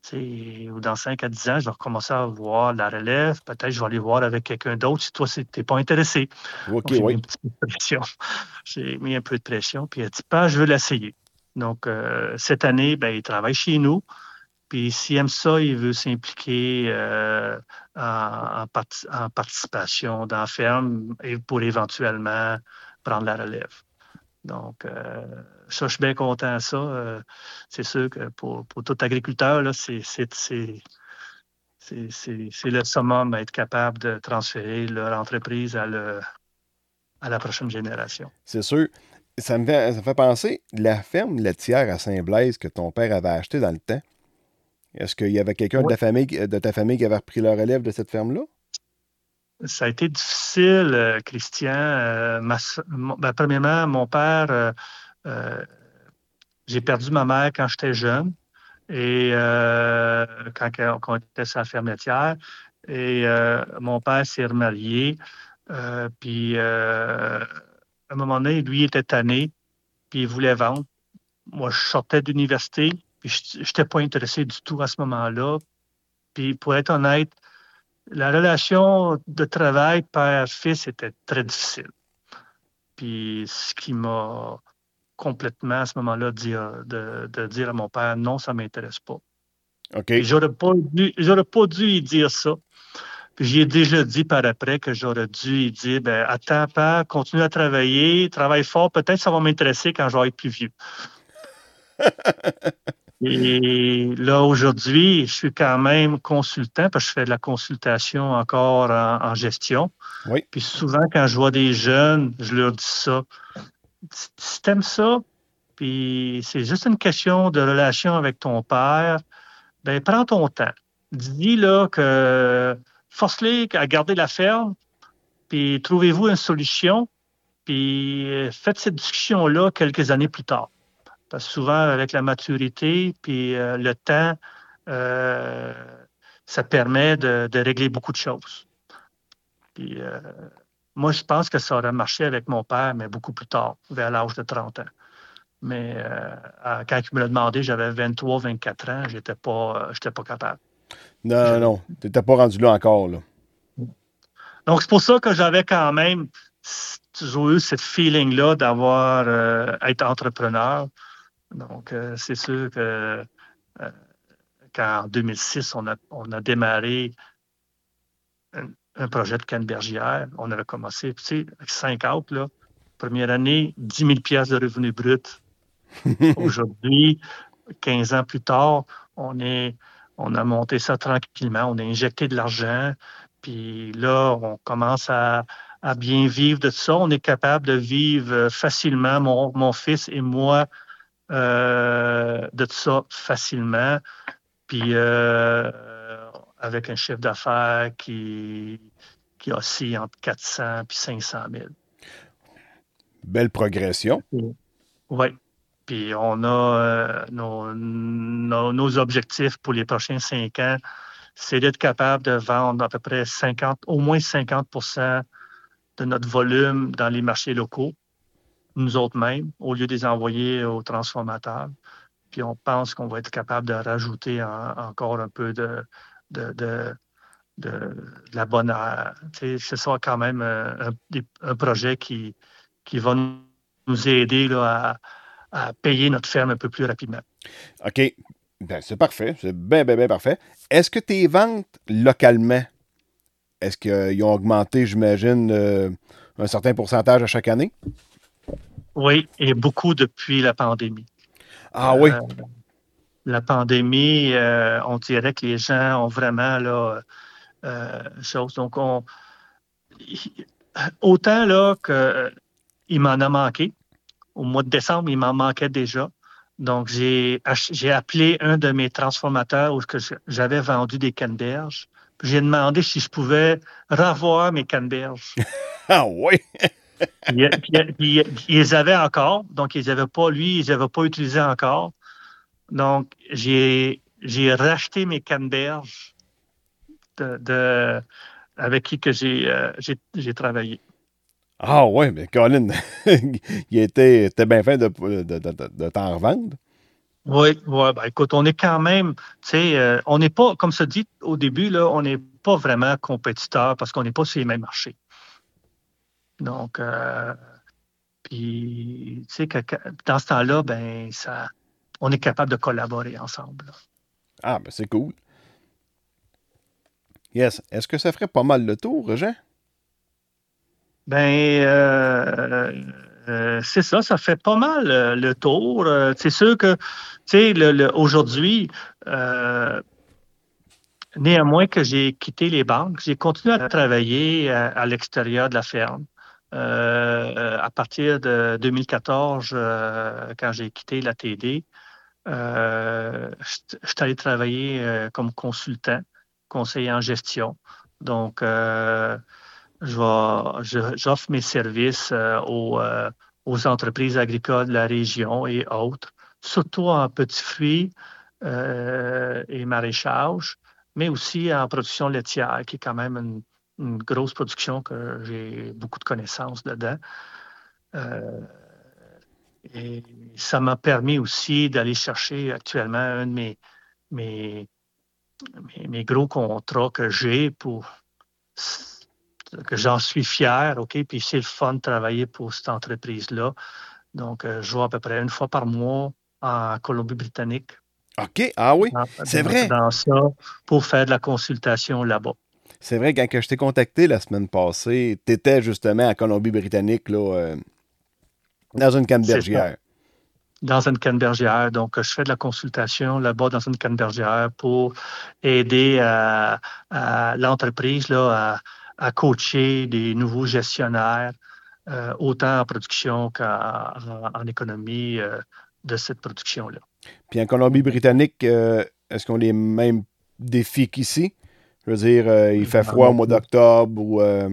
Ou dans cinq à dix ans, je vais recommencer à voir la relève. Peut-être que je vais aller voir avec quelqu'un d'autre si toi, tu n'es pas intéressé. OK, Donc, j'ai oui. mis un petit peu de pression. J'ai mis un peu de pression. Puis, elle dit, pas, je veux l'essayer. Donc, euh, cette année, ben, il travaille chez nous. Puis, s'il aime ça, il veut s'impliquer euh, en, en, part- en participation dans la ferme et pour éventuellement prendre la relève. Donc, euh, ça, je suis bien content de ça. Euh, c'est sûr que pour, pour tout agriculteur, là, c'est, c'est, c'est, c'est, c'est, c'est le summum à être capable de transférer leur entreprise à, le, à la prochaine génération. C'est sûr. Ça me fait, ça me fait penser, la ferme laitière à Saint-Blaise que ton père avait achetée dans le temps, est-ce qu'il y avait quelqu'un de, Oui. la famille, de ta famille qui avait repris la relève de cette ferme-là? Ça a été difficile, euh, Christian. Euh, ma, mon- ben, premièrement, mon père, euh, euh, j'ai perdu ma mère quand j'étais jeune et euh, quand, quand on était sur la ferme laitière. Et euh, mon père s'est remarié. Euh, puis, euh, à un moment donné, lui, il était tanné, puis il voulait vendre. Moi, je sortais d'université, puis je n'étais pas intéressé du tout à ce moment-là. Puis, pour être honnête, la relation de travail père-fils était très difficile. Puis, ce qui m'a complètement, à ce moment-là, dit, de, de dire à mon père, non, ça ne m'intéresse pas. OK. Puis, j'aurais pas dû, j'aurais pas dû lui dire ça. Puis j'y ai déjà dit par après que j'aurais dû lui dire, ben, attends, pas, continue à travailler, travaille fort, peut-être ça va m'intéresser quand je vais être plus vieux. Et là, aujourd'hui, je suis quand même consultant, parce que je fais de la consultation encore en, en gestion. Oui. Puis souvent, quand je vois des jeunes, je leur dis ça. Si tu aimes ça, puis c'est juste une question de relation avec ton père, ben prends ton temps. Dis là que force-les à garder la ferme, puis trouvez-vous une solution, puis faites cette discussion-là quelques années plus tard. Parce que souvent, avec la maturité, puis euh, le temps, euh, ça permet de, de régler beaucoup de choses. Puis euh, moi, je pense que ça aurait marché avec mon père, mais beaucoup plus tard, vers l'âge de trente ans. Mais euh, quand il me l'a demandé, j'avais vingt-trois, vingt-quatre ans, j'étais pas, j'étais pas capable. Non, Je... non, tu n'étais pas rendu là encore, là. Donc, c'est pour ça que j'avais quand même toujours eu ce feeling-là d'avoir, euh, être entrepreneur. Donc, euh, c'est sûr que euh, qu'en deux mille six, on a, on a démarré un, un projet de cannebergière. On avait commencé, tu sais, avec cinq autres, là. Première année, dix mille piastres de revenus bruts. Aujourd'hui, quinze ans plus tard, on, est, on a monté ça tranquillement. On a injecté de l'argent. Puis là, on commence à, à bien vivre de ça. On est capable de vivre facilement, mon, mon fils et moi, euh, de ça facilement. Puis euh, avec un chiffre d'affaires qui, qui oscille entre quatre cents et cinq cent mille. Belle progression. Oui. Puis on a euh, nos, nos, nos objectifs pour les prochains cinq ans, c'est d'être capable de vendre à peu près cinquante, au moins cinquante pour cent de notre volume dans les marchés locaux, nous autres mêmes, au lieu de les envoyer aux transformateurs. Puis on pense qu'on va être capable de rajouter en, encore un peu de, de, de, de, de la bonne... C'est ça quand même un, un projet qui, qui va nous aider là, à, à payer notre ferme un peu plus rapidement. OK. Ben, c'est parfait. C'est bien, bien, bien parfait. Est-ce que tes ventes localement, est-ce qu'ils ont augmenté, j'imagine, euh, un certain pourcentage à chaque année? Oui, et beaucoup depuis la pandémie. Ah oui? Euh, la pandémie, euh, on dirait que les gens ont vraiment là, euh, chose. Donc, on, autant là qu'il m'en a manqué. Au mois de décembre, il m'en manquait déjà. Donc, j'ai, j'ai appelé un de mes transformateurs où j'avais vendu des canneberges. J'ai demandé si je pouvais revoir mes canneberges. Ah oui? Puis, puis, puis, ils les avaient encore. Donc, ils les avaient pas, lui, ils les avaient pas utilisés encore. Donc, j'ai, j'ai racheté mes canneberges de, de, avec qui que j'ai, euh, j'ai, j'ai travaillé. Ah oui, mais Colin, il était, était bien fin de, de, de, de, de t'en revendre. Oui, ouais, ben, écoute, on est quand même, tu sais, euh, on n'est pas, comme ça dit au début, là, on n'est pas vraiment compétiteur parce qu'on n'est pas sur les mêmes marchés. Donc, euh, puis, tu sais, que- que- dans ce temps-là, ben, ça, on est capable de collaborer ensemble. Là. Ah, ben c'est cool. Yes. Est-ce que ça ferait pas mal le tour, Jean? Ben, euh, euh, c'est ça, ça fait pas mal euh, le tour. Euh, c'est sûr que, tu sais, le, le- aujourd'hui, euh, néanmoins que j'ai quitté les banques, j'ai continué à travailler à, à l'extérieur de la ferme. Euh, à partir de deux mille quatorze, euh, quand j'ai quitté la T D, euh, je je suis allé travailler euh, comme consultant, conseiller en gestion. Donc, euh, je vais- je- j'offre mes services euh, aux, euh, aux entreprises agricoles de la région et autres, surtout en petits fruits euh, et maraîchage, mais aussi en production laitière, qui est quand même une, une grosse production que j'ai beaucoup de connaissances dedans. Euh, et ça m'a permis aussi d'aller chercher actuellement un de mes, mes, mes, mes gros contrats que j'ai pour que j'en suis fier, OK? Puis c'est le fun de travailler pour cette entreprise-là. Donc, euh, je vais à peu près une fois par mois en Colombie-Britannique OK. Ah oui. dans, C'est dans- vrai. dans ça pour faire de la consultation là-bas. C'est vrai, quand que je t'ai contacté la semaine passée, t'étais justement à Colombie-Britannique, là, euh, dans une C'est ça. cannebergière. Dans une cannebergière. Donc, je fais de la consultation là-bas dans une cannebergière pour aider à, à l'entreprise là, à, à coacher des nouveaux gestionnaires, euh, autant en production qu'en en, en économie euh, de cette production-là. Puis en Colombie-Britannique, euh, est-ce qu'on a les mêmes défis qu'ici? Je veux dire, euh, il fait froid au mois d'octobre ou... euh,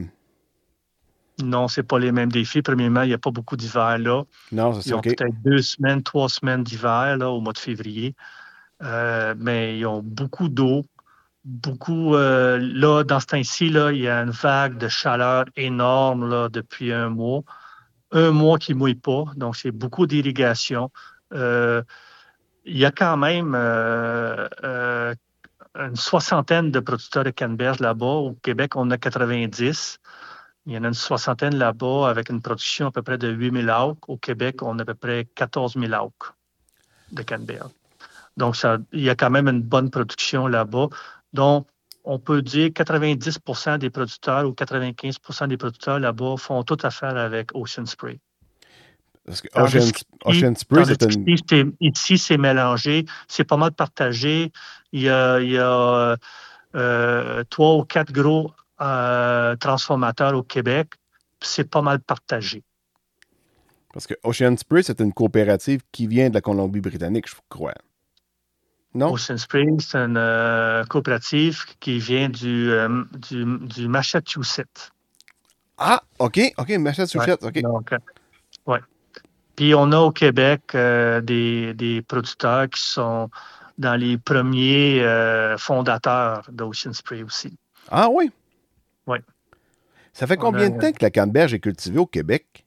Non, ce n'est pas les mêmes défis. Premièrement, il n'y a pas beaucoup d'hiver là. Non, c'est Ils ça, ont OK. peut-être deux semaines, trois semaines d'hiver là, au mois de février. Euh, mais ils ont beaucoup d'eau. Beaucoup, euh, là, dans ce temps-ci, là, il y a une vague de chaleur énorme là, depuis un mois. Un mois qui ne mouille pas, donc c'est beaucoup d'irrigation. Euh, il y a quand même euh, euh, une soixantaine de producteurs de canneberge là-bas. Au Québec, on a quatre-vingt-dix. Il y en a une soixantaine là-bas avec une production à peu près de huit mille acres. Au Québec, on a à peu près quatorze mille acres de canneberge. Donc, ça, il y a quand même une bonne production là-bas. Donc, on peut dire que quatre-vingt-dix pour cent des producteurs ou quatre-vingt-quinze pour cent des producteurs là-bas font toute affaire avec Ocean Spray. Parce que Tandis Ocean, qu'ici, Ocean Spray, tandis c'est une... qu'ici, c'est, ici, c'est mélangé, c'est pas mal partagé. Il y a, il y a euh, trois ou quatre gros euh, transformateurs au Québec, c'est pas mal partagé. Parce que Ocean Spray, c'est une coopérative qui vient de la Colombie-Britannique, je crois. Non? Ocean Spray, c'est une euh, coopérative qui vient du, euh, du, du Massachusetts. Ah, OK, OK, Ouais. Massachusetts, OK. Donc, euh, ouais. Puis on a au Québec euh, des, des producteurs qui sont dans les premiers euh, fondateurs d'Ocean Spray aussi. Ah oui? Oui. Ça fait On a, combien de temps que la canneberge est cultivée au Québec?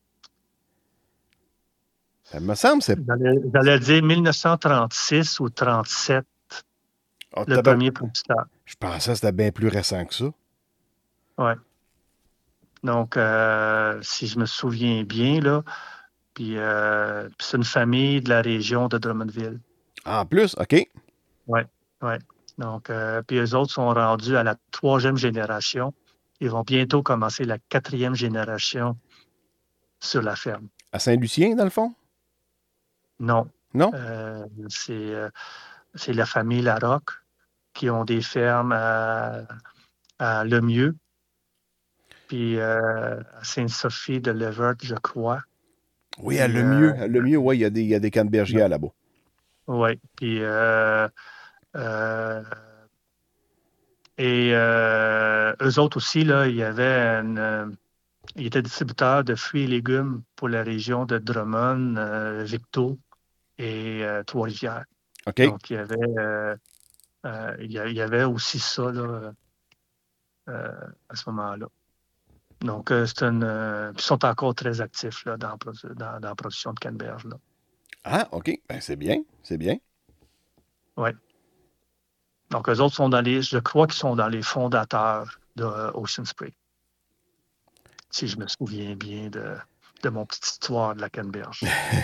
Ça me semble, c'est... j'allais, j'allais dire mille neuf cent trente-six ou trente-sept, Oh, le t'as pas- premier producteur. Je pensais que c'était bien plus récent que ça. Ouais. Donc, euh, si je me souviens bien, là, puis euh, puis c'est une famille de la région de Drummondville. En plus, OK. Oui, oui. Donc, euh, puis eux autres sont rendus à la troisième génération. Ils vont bientôt commencer la quatrième génération sur la ferme. À Saint-Lucien, dans le fond? Non, Non? euh, c'est, euh, c'est la famille Larocque qui ont des fermes à, à Lemieux, puis euh, à Sainte-Sophie de Levert, je crois. Oui, à Puis, le euh, mieux. À le mieux, oui, il y a des, il y a des cannebergières là-bas. oui, puis euh, euh, et euh, eux autres aussi, là, il y avait une, il était distributeur de fruits et légumes pour la région de Drummond, euh, Victo et euh, Trois-Rivières. OK. Donc, il y avait, euh, euh, il y a- il y avait aussi ça là, euh, à ce moment-là. Donc, euh, c'est une, euh, puis ils sont encore très actifs là, dans, la produ- dans- dans la production de canneberge. Là. Ah, OK. Ben, c'est bien. C'est bien. Oui. Donc, eux autres sont dans les, je crois qu'ils sont dans les fondateurs de Ocean Spray. Si je me souviens bien de, de mon petite histoire de la canneberge.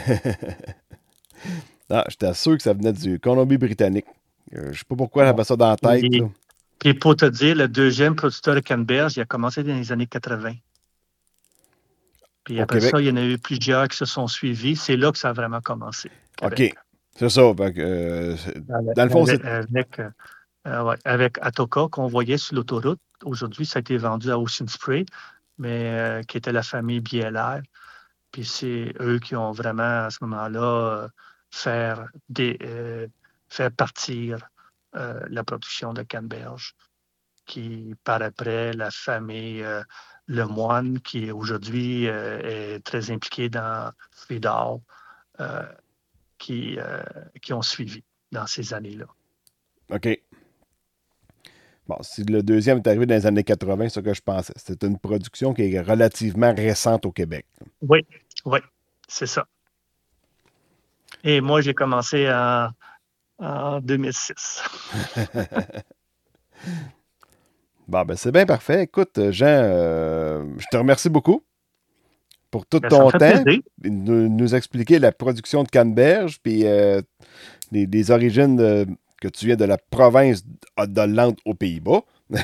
Ah, j'étais sûr que ça venait du Colombie-Britannique. Euh, je ne sais pas pourquoi j'avais ça dans la tête. Puis, là. puis pour te dire, le deuxième producteur de canneberge, il a commencé dans les années quatre-vingt. Puis Au après Québec. ça, il y en a eu plusieurs qui se sont suivis. C'est là que ça a vraiment commencé. OK. C'est ça. Fait que, euh, Avec, dans le fond, c'est... avec, euh, ouais, avec Atoka, qu'on voyait sur l'autoroute. Aujourd'hui, ça a été vendu à Ocean Spray, mais euh, qui était la famille B L R. Puis c'est eux qui ont vraiment, à ce moment-là, euh, faire, des, euh, faire partir euh, la production de canneberge, qui, par après, la famille euh, Lemoine, qui aujourd'hui euh, est très impliquée dans Fridor, euh, qui, euh, qui ont suivi dans ces années-là. OK. Bon, si le deuxième est arrivé dans les années quatre-vingt, c'est ce que je pensais. C'est une production qui est relativement récente au Québec. Oui, oui, c'est ça. Et moi, j'ai commencé en, en deux mille six. Bon, ben c'est bien parfait. Écoute, Jean, euh, je te remercie beaucoup pour tout Ben, ton ça me fait temps. plaisir. Nous, nous expliquer la production de canneberge, puis euh, les, les origines de, que tu viens de la province d'Hollande aux Pays-Bas.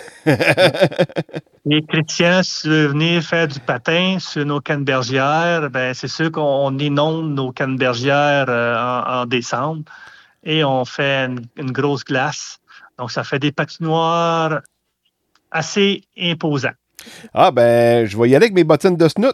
Et Christian, si tu veux venir faire du patin sur nos cannebergières, ben, c'est sûr qu'on inonde nos cannebergières euh, en, en décembre et on fait une, une grosse glace. Donc, ça fait des patinoires assez imposants. Ah, ben, je vais y aller avec mes bottines de snoot.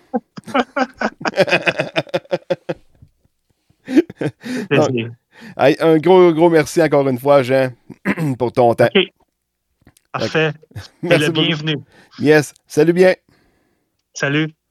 Donc, hey, un gros, gros merci encore une fois, Jean, pour ton temps. OK. Parfait. Et le bienvenu. Yes. Salut bien. Salut.